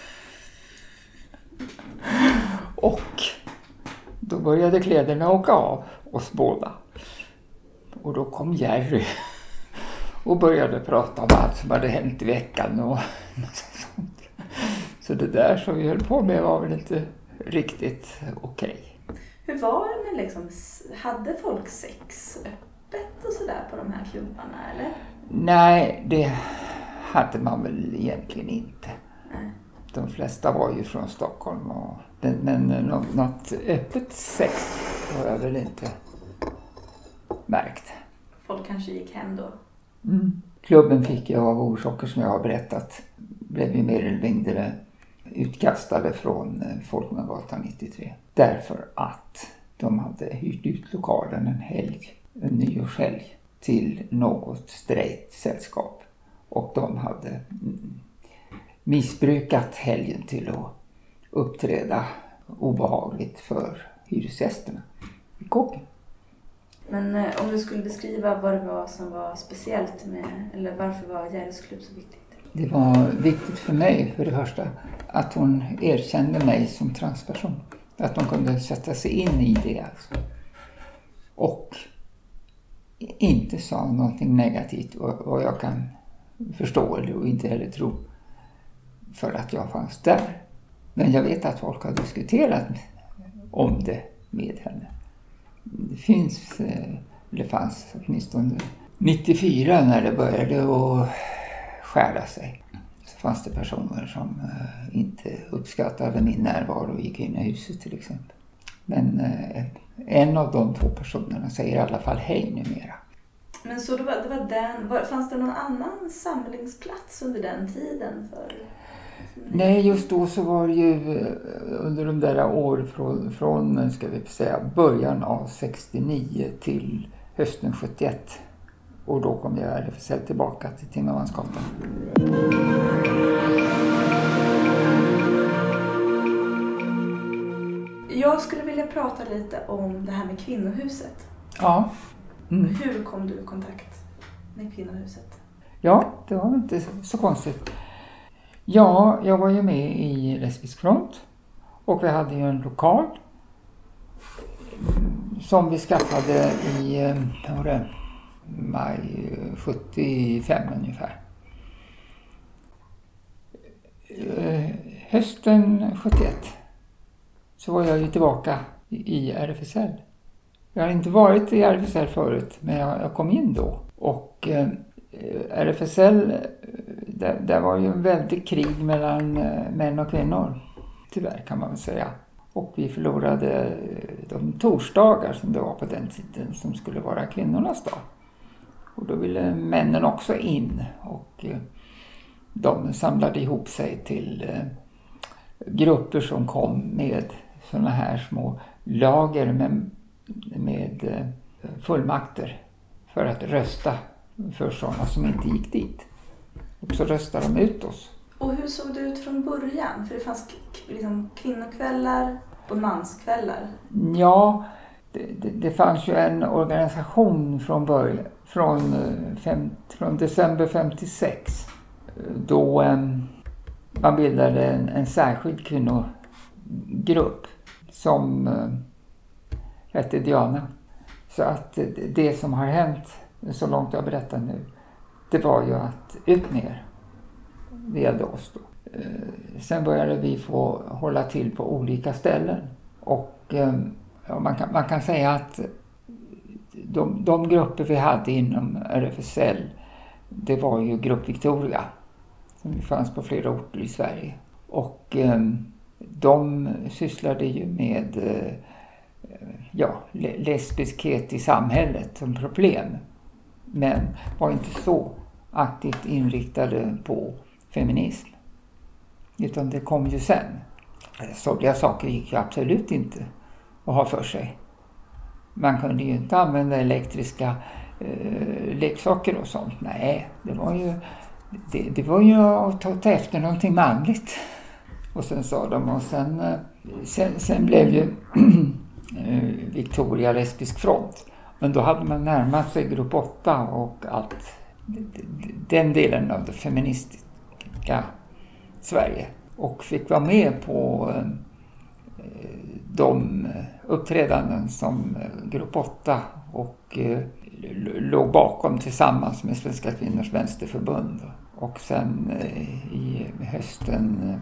Och då började kläderna åka av oss båda. Och då kom Jerry och började prata om allt som hade hänt i veckan och sånt. Så det där som vi höll på med var väl inte riktigt okej. Hur var det med liksom, hade folk sex öppet och sådär på de här klubbarna eller? Nej, det hade man väl egentligen inte. Nej. De flesta var ju från Stockholm och men, men något öppet sex har jag väl inte märkt. Folk kanske gick hem då? Mm. Klubben fick jag av orsaker som jag har berättat. Blev ju mer eller mindre utkastade från Folkungagatan nittiotre. Därför att de hade hyrt ut lokalen en helg, en nyårshelg, till något straight sällskap. Och de hade missbrukat helgen till att uppträda obehagligt för hyresgästerna i kåken. Men eh, om du skulle beskriva vad det var som var speciellt med, eller varför var Jerrys klubb så viktigt? Det var viktigt för mig, för det första, att hon erkände mig som transperson. Att hon kunde sätta sig in i det. Alltså. Och inte sa någonting negativt, vad jag kan förstå och inte heller tro, för att jag fanns där. Men jag vet att folk har diskuterat om det med henne. Det finns, det fanns åtminstone nittiofyra när det började att skära sig. Så fanns det personer som inte uppskattade min närvaro i kvinnohuset till exempel. Men en av de två personerna säger i alla fall hej numera. Men så det var, det var den, var, fanns det någon annan samlingsplats under den tiden? För... Nej, just då så var det ju under de där åren från, från ska vi säga, början av sextionio till hösten sjuttioett. Och då kom jag R F S L tillbaka till Timmermansgatan. Jag skulle vilja prata lite om det här med kvinnohuset. Ja. Mm. Hur kom du i kontakt med kvinnohuset? Ja, det var inte så konstigt. Ja, jag var ju med i Lesbisk front och vi hade ju en lokal som vi skaffade i vad det, maj sjuttiofem ungefär. Hösten sjuttioett så var jag ju tillbaka i R F S L. Jag har inte varit i R F S L förut, men jag, jag kom in då. Och eh, R F S L, där, där var ju en väldig krig mellan eh, män och kvinnor. Tyvärr kan man väl säga. Och vi förlorade de torsdagar som det var på den tiden som skulle vara kvinnornas dag. Och då ville männen också in och eh, de samlade ihop sig till eh, grupper som kom med såna här små lager med, med fullmakter för att rösta för sådana som inte gick dit. Och så röstade de ut oss. Och hur såg det ut från början? För det fanns liksom kvinnokvällar och manskvällar. Ja, det, det, det fanns ju en organisation från början, från, fem, från december femtiosex. Då eh, man bildade en, en särskild kvinnogrupp som eh, hette Diana. Så att det, det som har hänt, så långt jag berättar nu, det var ju att ut med er. Det gällde oss då. Eh, sen började vi få hålla till på olika ställen. Och eh, ja, man, kan, man kan säga att de, de grupper vi hade inom R F S L, det var ju Grupp Victoria. Som fanns på flera orter i Sverige. Och eh, de sysslade ju med eh, ja, lesbiskhet i samhället som problem. Men var inte så aktivt inriktade på feminism. Utan det kom ju sen. Sådana saker gick ju absolut inte att ha för sig. Man kunde ju inte använda elektriska eh, leksaker och sånt. Nej, det var ju, det, det var ju att ta, ta efter någonting manligt. Och sen sa de, och sen, sen, sen blev ju Victoria lesbisk front. Men då hade man närmat sig grupp åtta och allt. Den delen av det feministiska Sverige. Och fick vara med på de uppträdanden som grupp åtta och låg bakom tillsammans med Svenska kvinnors vänsterförbund. Och sen i hösten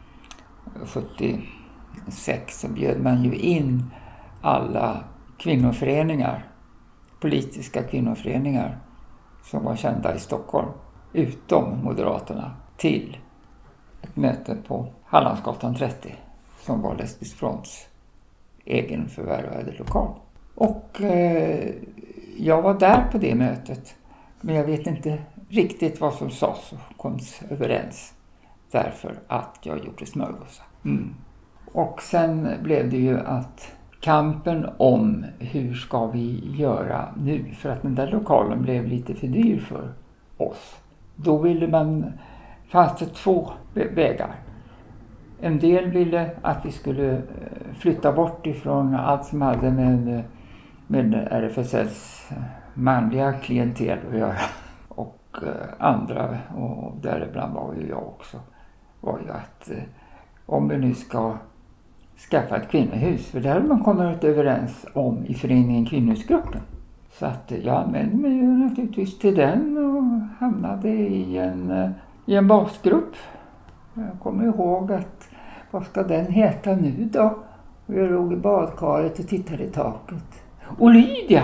sjuttiosex så bjöd man ju in alla kvinnoföreningar, politiska kvinnoföreningar som var kända i Stockholm, utom Moderaterna, till ett möte på Hallandsgatan trettio som var Lesbisk fronts egen förvärvade lokal. Och eh, jag var där på det mötet, men jag vet inte riktigt vad som sades och kom överens därför att jag gjorde smörgåsar. Mm. Och sen blev det ju att kampen om hur ska vi göra nu, för att den där lokalen blev lite för dyr för oss. Då ville man, fanns det två vägar. En del ville att vi skulle flytta bort ifrån allt som hade med, med R F S L:s manliga klientel att göra. Och andra, och däribland var ju jag också, var ju att om vi nu ska skaffa ett kvinnohus, för det hade man kommit överens om i föreningen Kvinnohusgruppen. Så att jag använde mig ju naturligtvis till den och hamnade i en, i en basgrupp. Jag kommer ihåg att, vad ska den heta nu då? Och jag låg i badkaret och tittade i taket. Olydia!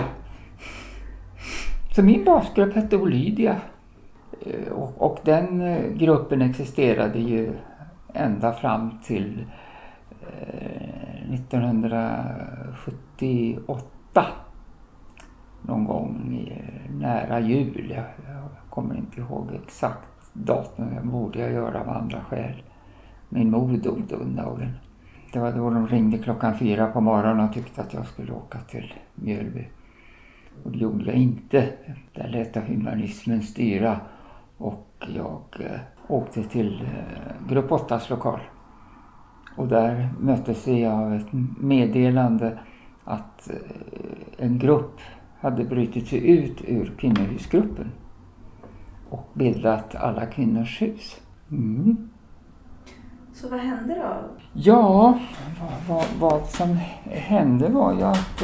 Så min basgrupp hette Olydia. Och, och den gruppen existerade ju ända fram till eh, nittonhundrasjuttioåtta. Någon gång i, nära jul. Jag, jag kommer inte ihåg exakt datum. Det borde jag göra av andra skäl. Min mor dog då den dagen. Det var då de ringde klockan fyra på morgonen och tyckte att jag skulle åka till Mjölby. Och det gjorde jag inte. Där lät jag humanismen styra. Och jag eh, åkte till eh, grupp åttas lokal. Och där möttes vi av ett meddelande att eh, en grupp hade brutit sig ut ur kvinnohusgruppen. Och bildat alla kvinnors hus. Mm. Så vad hände då? Ja, vad, vad, vad som hände var ju att,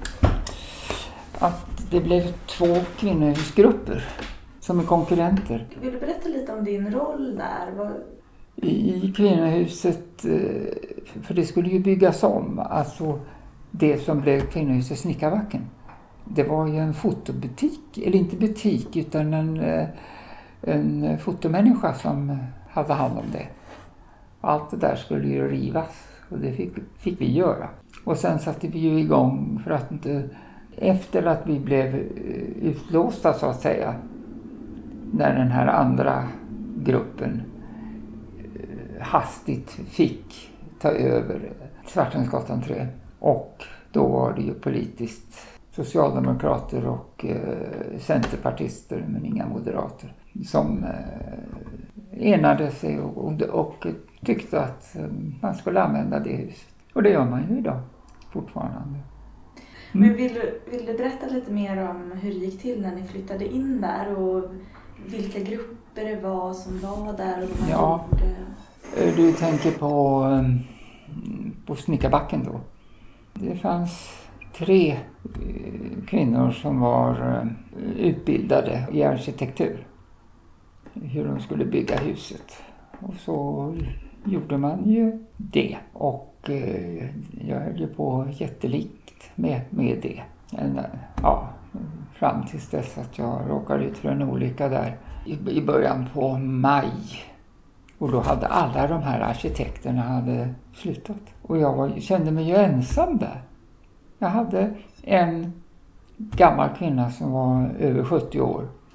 att det blev två kvinnohusgrupper som är konkurrenter. Vill du berätta lite om din roll där? Vad... I, I kvinnohuset, för det skulle ju byggas om, alltså det som blev kvinnohuset Snickarbacken. Det var ju en fotobutik, eller inte butik utan en, en fotomänniska som hade hand om det. Allt det där skulle ju rivas och det fick, fick vi göra. Och sen satte vi ju igång för att inte, efter att vi blev utlåsta så att säga, när den här andra gruppen hastigt fick ta över Svartensgatan tre. Och då var det ju politiskt socialdemokrater och eh, centerpartister, men inga moderater, som eh, enade sig och, och, och tyckte att eh, man skulle använda det huset. Och det gör man ju idag fortfarande. Mm. Men vill du, vill du berätta lite mer om hur det gick till när ni flyttade in där och vilka grupper det var som var där och vad man ja, gjorde? Du tänker på, på Snickarbacken då. Det fanns tre kvinnor som var utbildade i arkitektur. Hur de skulle bygga huset. Och så gjorde man ju det. Och jag höll ju på jättelikt med, med det. En, ja, fram tills dess att jag råkade ut för en olycka där i, i början på maj. Och då hade alla de här arkitekterna hade slutat. Och jag var, kände mig ju ensam där. Jag hade en gammal kvinna som var över sjuttio år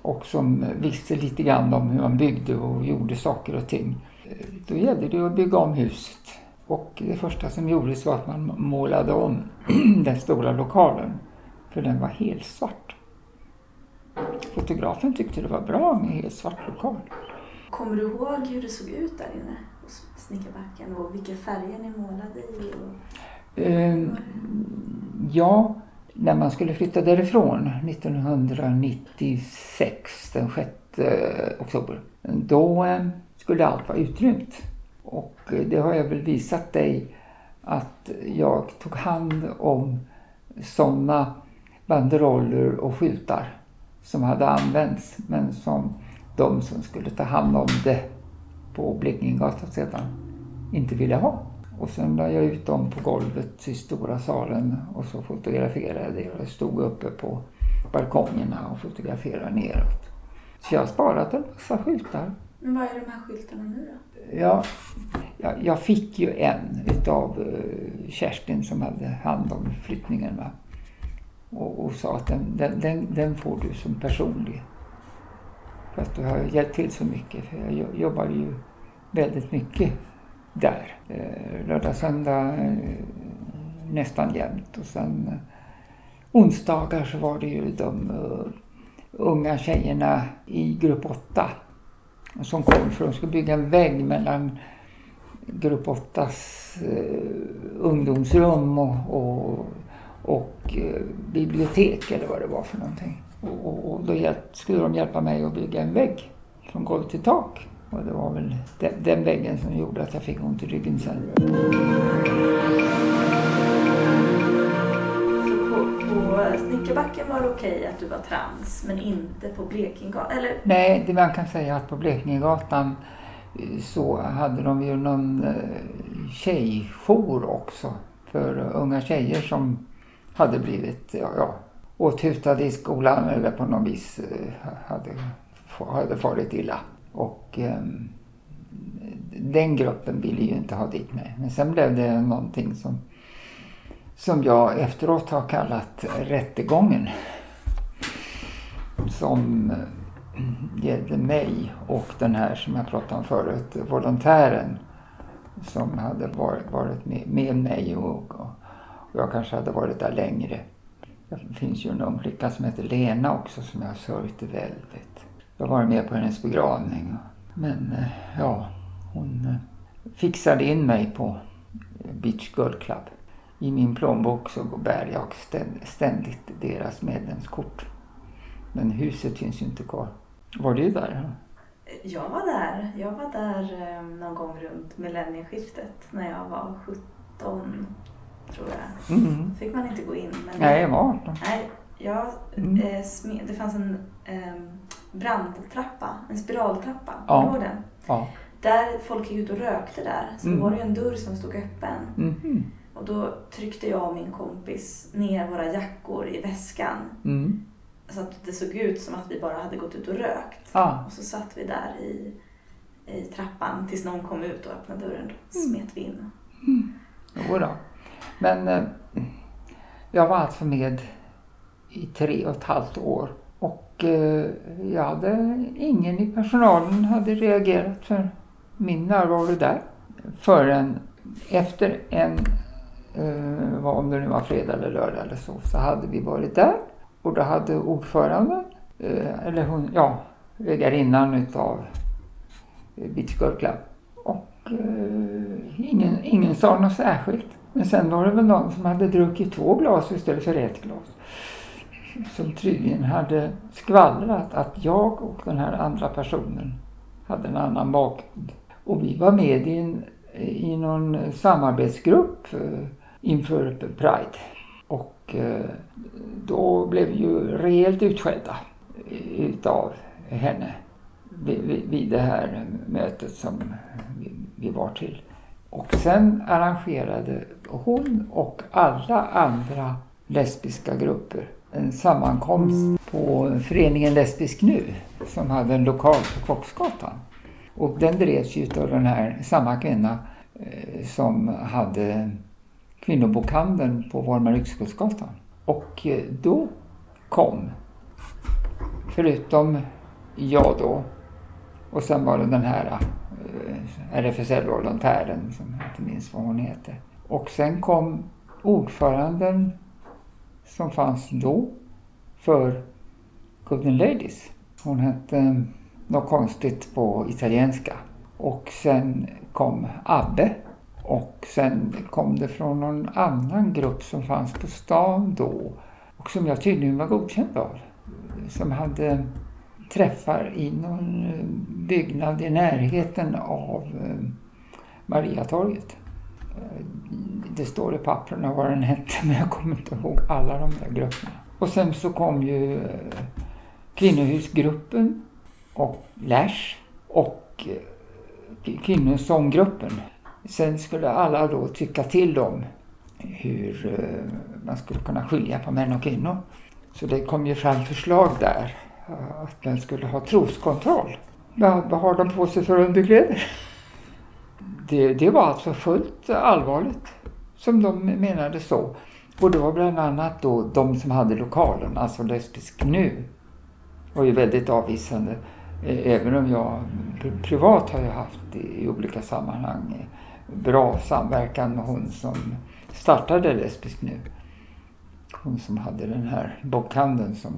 och som visste lite grann om hur man byggde och gjorde saker och ting. Då gällde det att bygga om huset. Och det första som gjordes var att man målade om den stora lokalen. För den var helt svart. Fotografen tyckte det var bra med helt svart lokal. Kommer du ihåg hur det såg ut där inne hos Snickarbacken och vilka färger ni målade i? Och... Uh, ja, när man skulle flytta därifrån nittonhundranittiosex, den sjätte oktober, då uh, skulle allt vara utrymt. Och uh, det har jag väl visat dig att jag tog hand om sådana banderoller och skyltar som hade använts, men som de som skulle ta hand om det på Blekingegatan sedan inte ville ha. Och sen la jag ut dem på golvet i stora salen och så fotograferade jag det. Jag stod uppe på balkongerna och fotograferade neråt. Så jag har sparat en massa skyltar. Men vad är de här skyltarna nu då? Ja, jag, jag fick ju en utav uh, Kerstin som hade hand om flyttningen, va? Och, och sa att den, den, den, den får du som personlig. För att du har hjälpt till så mycket. För jag jobbade ju väldigt mycket där. Eh, lördag, söndag eh, nästan jämt. Och sen eh, onsdagar så var det ju de uh, unga tjejerna i grupp åtta. Som kom för att de skulle bygga en vägg mellan grupp åttas eh, ungdomsrum och, och, och eh, bibliotek eller vad det var för någonting. Och, och, och då hjälp, skulle de hjälpa mig att bygga en vägg från golv till tak. Och det var väl den, den väggen som gjorde att jag fick ont i ryggen sen. Så på, på Snickarbacken var det okej att du var trans, men inte på Blekingegatan? Eller? Nej, det man kan säga att på Blekingegatan så hade de ju någon tjejjour också för unga tjejer som hade blivit ja, ja, åthutade i skolan eller på något vis hade, hade farit illa. Och um, den gruppen ville ju inte ha dit mig. Men sen blev det någonting som, som jag efteråt har kallat rättegången. Som gällde mig och den här som jag pratade om förut, volontären som hade varit, varit med, med mig och, och jag kanske hade varit där längre. Det finns ju en ung flicka som heter Lena också som jag sörjde väldigt. Jag var med på hennes begravning. Men ja, hon fixade in mig på Beach Girl Club. I min plånbok så bär jag ständigt deras medlemskort. Men huset finns ju inte kvar. Var du där? Jag var där. Jag var där någon gång runt millennieskiftet när jag var sjutton, tror jag. Mm. Fick man inte gå in. Men nej, jag var arton. Nej, jag, mm. eh, smed, det fanns en eh, brandtrappa, en spiraltrappa. Ja. På den. Ja. Där folk gick ut och rökte där. Så mm. var det ju en dörr som stod öppen. Mm. Och då tryckte jag och min kompis ner våra jackor i väskan. Mm. Så att det såg ut som att vi bara hade gått ut och rökt. Ah. Och så satt vi där i, i trappan tills någon kom ut och öppnade dörren. Då smet vi in. Mm. Jo då. Men eh, jag var alltså med i tre och ett halvt år. Och eh, jag hade, ingen i personalen hade reagerat för min närvaro där. Förrän efter en, eh, om det nu var fredag eller lördag eller så, så hade vi varit där. Och då hade ordföranden, eh, eller hon, ja, ägarinnan utav Beach Girl Club. Och eh, ingen, ingen sa något särskilt. Men sen var det väl någon som hade druckit två glas istället för ett glas. Som tydligen hade skvallrat att jag och den här andra personen hade en annan bakgrund. Och vi var med i, en, i någon samarbetsgrupp eh, inför Pride. Och eh, då blev vi ju rejält utskällda utav henne vid, vid, vid det här mötet som vi, vi var till. Och sen arrangerade hon och alla andra lesbiska grupper en sammankomst på föreningen Lesbisk nu som hade en lokal på Kocksgatan. Och den drevs ju av den här samma kvinna eh, som hade kvinnobokhandeln på Vormar-Yxkullsgatan. Och eh, då kom, förutom jag då. Och sen var det den här eh, R F S L-volontären som jag inte minns vad hon heter. Och sen kom ordföranden som fanns då för Golden Ladies. Hon hette eh, något konstigt på italienska. Och sen kom Abbe. Och sen kom det från någon annan grupp som fanns på stan då. Och som jag tydligen var godkänd av. Som hade träffar i någon byggnad i närheten av Mariatorget. Det står i papperna vad den hette, men jag kommer inte ihåg alla de där grupperna. Och sen så kom ju kvinnohusgruppen och Lash och kvinnosånggruppen. Sen skulle alla då tycka till om hur man skulle kunna skilja på män och kvinnor. Så det kom ju fram förslag där att man skulle ha troskontroll. Vad, vad har de på sig för underkläder? Det, det var alltså fullt allvarligt som de menade så. Och det var bland annat då de som hade lokalen, alltså Lesbisk nu, var ju väldigt avvisande. Även om jag privat har jag haft i olika sammanhang bra samverkan med hon som startade Lesbisk nu. Hon som hade den här bokhandeln som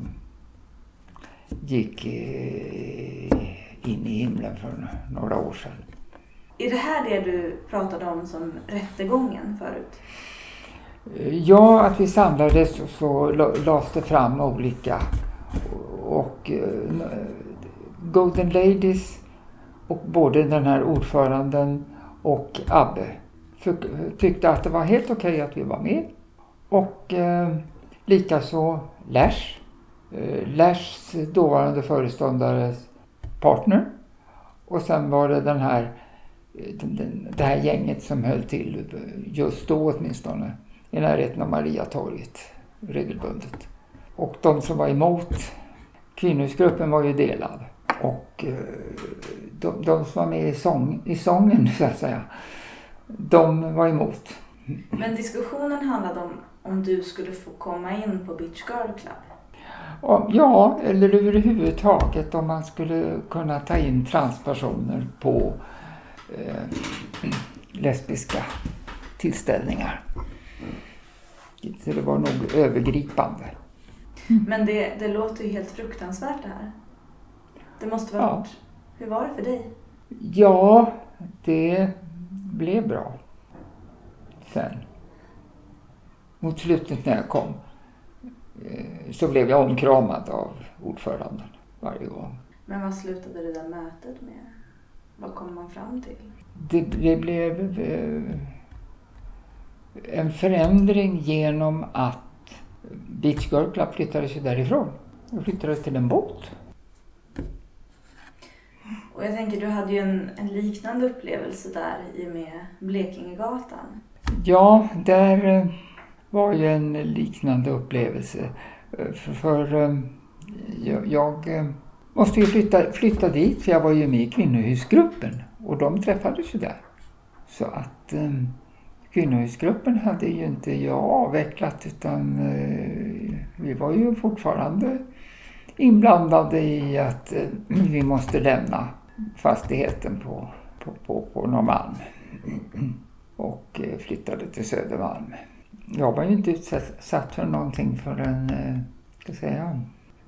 gick in i himlen för några år sedan. Är det här det du pratade om som rättegången förut? Ja, att vi samlades och så lades det fram olika. Och Golden Ladies och både den här ordföranden och Abbe tyckte att det var helt okej att vi var med. Och eh, likaså Lash, eh, Lashs dåvarande föreståndares partner. Och sen var det den här, den, den, det här gänget som höll till just då åtminstone i närheten av Mariatorget regelbundet. Och de som var emot kvinnohusgruppen var ju delad. Och eh, de, de som var med i, sång, i sången så att säga, de var emot. Men diskussionen handlade om om du skulle få komma in på Beach Girl Club? Och, ja, eller överhuvudtaget om man skulle kunna ta in transpersoner på eh, lesbiska tillställningar. Så det var nog övergripande. Mm. Men det, det låter ju helt fruktansvärt det här. Det måste vara ja. hårt. Hur var det för dig? Ja, det blev bra. Sen. Mot slutet när jag kom så blev jag omkramad av ordföranden varje gång. Men vad slutade det där mötet med? Vad kom man fram till? Det, det blev en förändring genom att Beach Girl Club flyttades ju därifrån. Och flyttades till en båt. Och jag tänker, du hade ju en, en liknande upplevelse där i med Blekingegatan. Ja, där var ju en liknande upplevelse. För, för jag, jag måste ju flytta, flytta dit, för jag var ju med i kvinnohusgruppen. Och de träffades ju där. Så att um, kvinnohusgruppen hade ju inte jag avvecklat, utan uh, vi var ju fortfarande inblandade i att uh, vi måste lämna fastigheten på, på, på, på Norrmalm. Och uh, flyttade till Södermalm. Jag var ju inte utsatt för någonting förrän ska säga,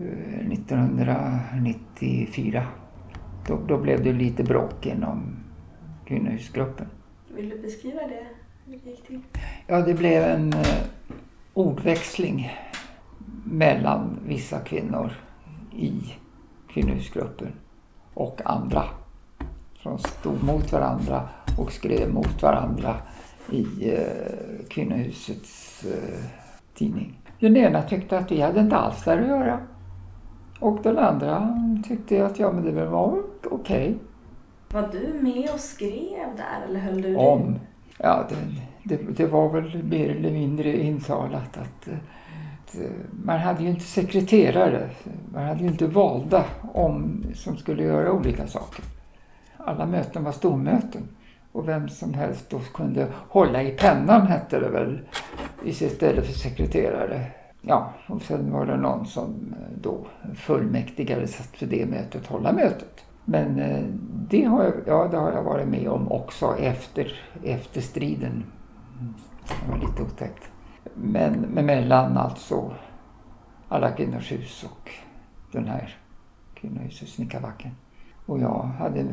nittonhundranittiofyra. Då, då blev det lite bråk inom kvinnohusgruppen. Vill du beskriva det? Hur det gick till? Ja, det blev en uh, ordväxling mellan vissa kvinnor i kvinnohusgruppen och andra. Som stod mot varandra och skrev mot varandra i uh, kvinnohusets uh, tidning. Den ena tyckte att vi hade inte alls där att göra. Och den andra tyckte att ja, men det var okej. Okay. Var du med och skrev där eller höll du Om. Ja, det, det, det var väl mer eller mindre intalat att, att man hade ju inte sekreterare. Man hade ju inte valda om, som skulle göra olika saker. Alla möten var stormöten. Och vem som helst då kunde hålla i pennan, hette det väl, istället för sekreterare. ja, och sen var det någon som då fullmäktigades att för det mötet hålla mötet. Men det har jag, ja, det har jag varit med om också efter, efter striden. Det var lite otäckt. Men, men mellan alltså Alla kvinnors hus och den här kvinnohuset Snickarbacken. Och jag hade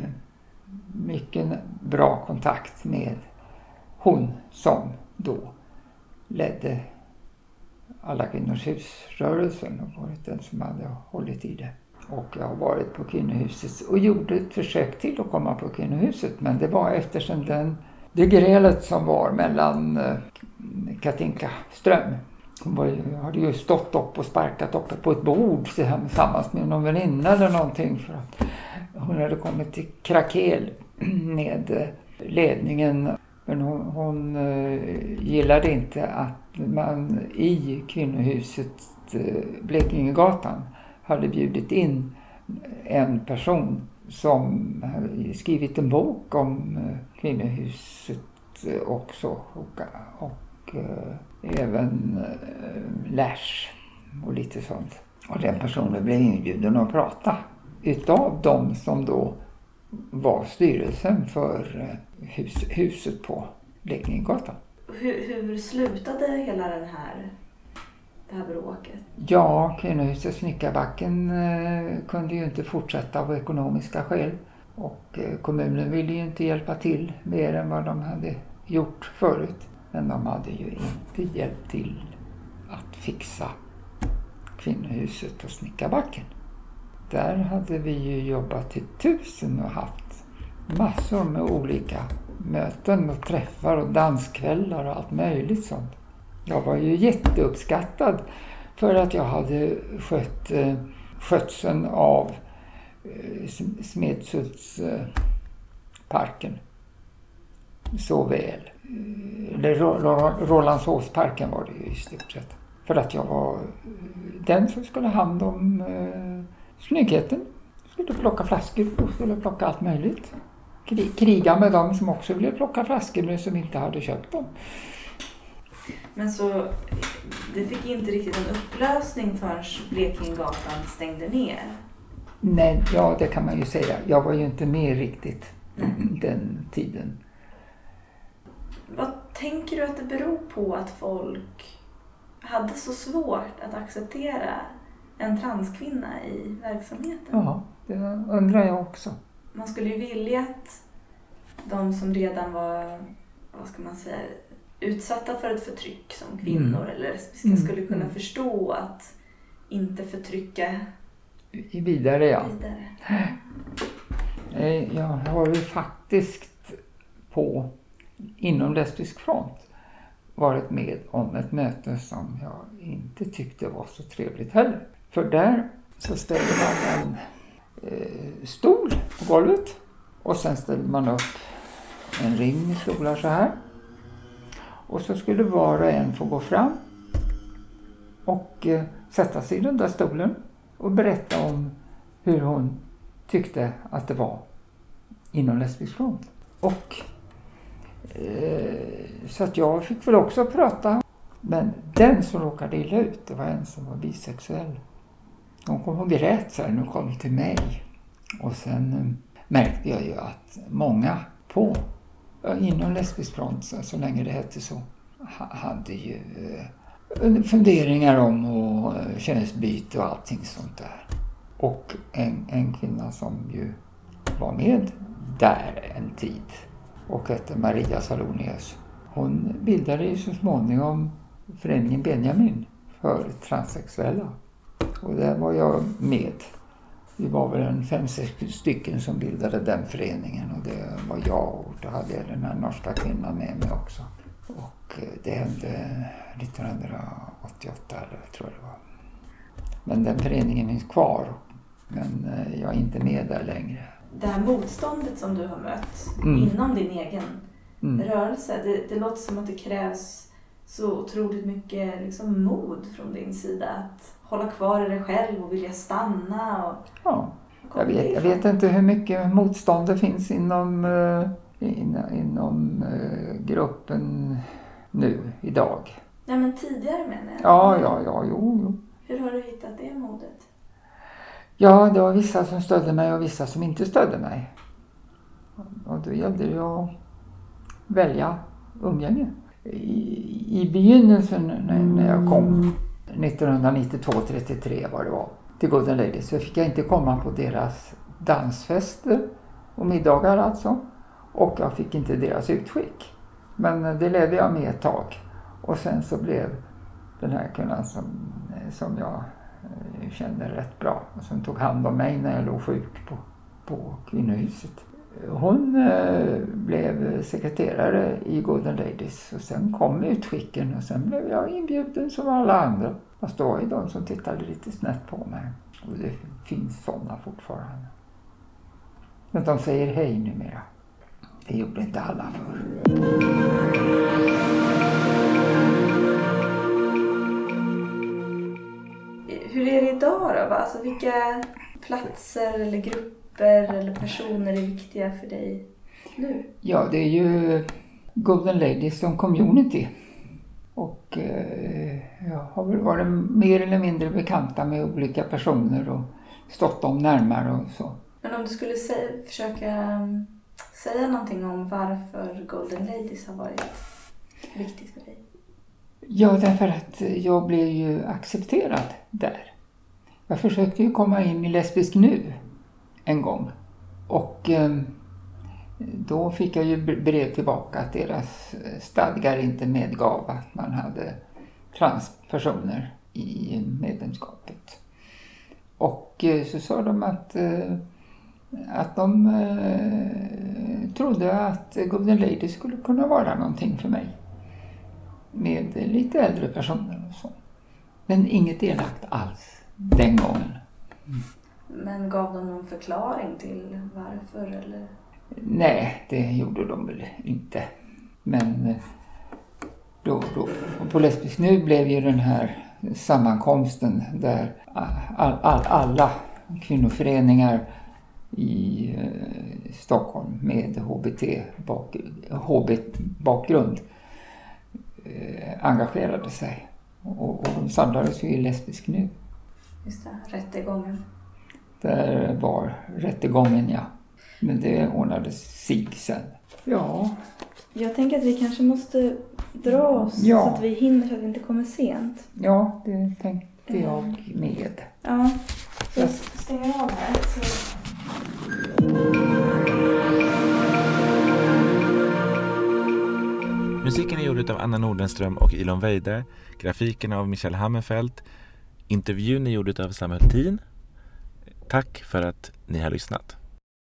mycket bra kontakt med hon som då ledde Alla kvinnors husrörelsen och varit den som hade hållit i det. Och jag har varit på kvinnohuset och gjorde ett försök till att komma på kvinnohuset. Men det var eftersom den, det grälet som var mellan Katinka Ström. Hon var, hade ju stått upp och sparkat uppe på ett bord tillsammans med någon väninna eller någonting. För att hon hade kommit till krakel med ledningen. Men hon, hon gillade inte att man i kvinnohuset Blekingegatan hade bjudit in en person som hade skrivit en bok om kvinnohuset också och, och eh, även eh, Lash och lite sånt. Och den personen blev inbjuden att prata utav de som då var styrelsen för eh, hus, huset på Blekingegatan. Hur, hur slutade hela den här det här bråket? Ja, kvinnohuset Snickarbacken eh, kunde ju inte fortsätta av ekonomiska skäl. Och eh, kommunen ville ju inte hjälpa till mer än vad de hade gjort förut. Men de hade ju inte hjälpt till att fixa kvinnohuset på Snickarbacken. Där hade vi ju jobbat till tusen och haft massor med olika möten och träffar och danskvällar och allt möjligt sånt. Jag var ju jätteuppskattad för att jag hade skött eh, skötseln av eh, Smedshultsparken eh, så väl. Eller Rålambshovsparken var det ju i stort sett. För att jag var den som skulle ha hand om eh, snyggheten. Skulle plocka flaskor och skulle plocka allt möjligt. Kriga med dem som också ville plocka flaskor men som inte hade köpt dem. Men så, det fick inte riktigt en upplösning förrän Blekingegatan stängde ner? Nej, ja det kan man ju säga. Jag var ju inte med riktigt mm. den tiden. Vad tänker du att det beror på att folk hade så svårt att acceptera en transkvinna i verksamheten? Ja, det undrar jag också. Man skulle ju vilja att de som redan var, vad ska man säga, utsatta för ett förtryck som kvinnor mm. eller lesbiska skulle kunna mm. förstå att inte förtrycka i vidare. Ja. vidare. Jag har ju faktiskt på inom Lesbisk front varit med om ett möte som jag inte tyckte var så trevligt heller. För där så ställde man en eh, stol på golvet och sen ställde man upp en ring med stolar så här. Och så skulle var och en få gå fram och eh, sätta sig i den där stolen och berätta om hur hon tyckte att det var inom Lesbisk front. Och eh, så att jag fick väl också prata. Men den som råkade illa ut, det var en som var bisexuell. Hon kom och grät så här, nu kom till mig. Och sen eh, märkte jag ju att många på inom Lesbisk front, så, så länge det hette så, hade ju eh, funderingar om och eh, könsbyte och allting sånt där. Och en, en kvinna som ju var med där en tid och hette Maria Salonius. Hon bildade ju så småningom föreningen Benjamin för transsexuella. Och där var jag med. Vi var väl en fem, sex stycken som bildade den föreningen och det var jag och då hade jag den här norska kvinnan med mig också. Och det hände nittonhundraåttioåtta eller tror jag det var. Men den föreningen finns kvar men jag är inte med där längre. Det här motståndet som du har mött mm. inom din egen mm. rörelse, det, det låter som att det krävs så otroligt mycket liksom, mod från din sida att hålla kvar i dig själv och vilja stanna. Och... Ja, jag vet, jag vet inte hur mycket motstånd det finns inom, uh, in, inom uh, gruppen nu, idag. Ja, men tidigare menar jag. Ja, ja, ja, jo, jo. Hur har du hittat det modet? Ja, det var vissa som stödde mig och vissa som inte stödde mig. Och då gällde det att välja umgänge. I, i begynnelsen när, när jag kom nittonhundranittiotvå trettiotre var det var till Golden Ladies, så fick jag inte komma på deras dansfester och middagar alltså. Och jag fick inte deras utskick. Men det ledde jag med ett tag. Och sen så blev den här kvinnan som, som jag kände rätt bra. Och som tog hand om mig när jag låg sjuk på, på kvinnohuset. Hon eh, blev sekreterare i Golden Ladies. Och sen kom utskicken och sen blev jag inbjuden som alla andra. Fast då var ju de som tittade lite snett på mig. Och det finns sådana fortfarande. Men de säger hej numera. Det gjorde inte alla förr. Hur är det idag då? Alltså vilka platser eller grupper eller personer är viktiga för dig nu? Ja, det är ju Golden Ladies som community. Och eh, jag har väl varit mer eller mindre bekanta med olika personer och stått dem närmare och så. Men om du skulle säga, försöka säga någonting om varför Golden Ladies har varit viktigt för dig? Ja, därför att jag blev ju accepterad där. Jag försökte ju komma in i Lesbisk nu en gång. Och eh, då fick jag ju brev tillbaka att deras stadgar inte medgav att man hade transpersoner i medlemskapet. Och eh, så sa de att, eh, att de eh, trodde att Golden Ladies skulle kunna vara någonting för mig. Med lite äldre personer och så. Men inget elakt alls den gången. Mm. Men gav de någon förklaring till varför eller? Nej, det gjorde de väl inte. Men då, då, på Lesbisk nu blev ju den här sammankomsten där all, all, alla kvinnoföreningar i eh, Stockholm med H B T-bakgrund eh, engagerade sig. Och, och de samlades ju i Lesbisk nu. Just det, rättegången. Där var rättegången, ja. Men det ordnades sig sen. Ja. Jag tänker att vi kanske måste dra oss ja. så att vi hinner så att vi inte kommer sent. Ja, det tänkte jag med. Ja, så jag stänger av här. Så... Musiken är gjord av Anna Nordenström och Ilon Weider. Grafiken av Michel Hammerfeldt. Intervjun är gjord av Samuel Tin. Tack för att ni har lyssnat.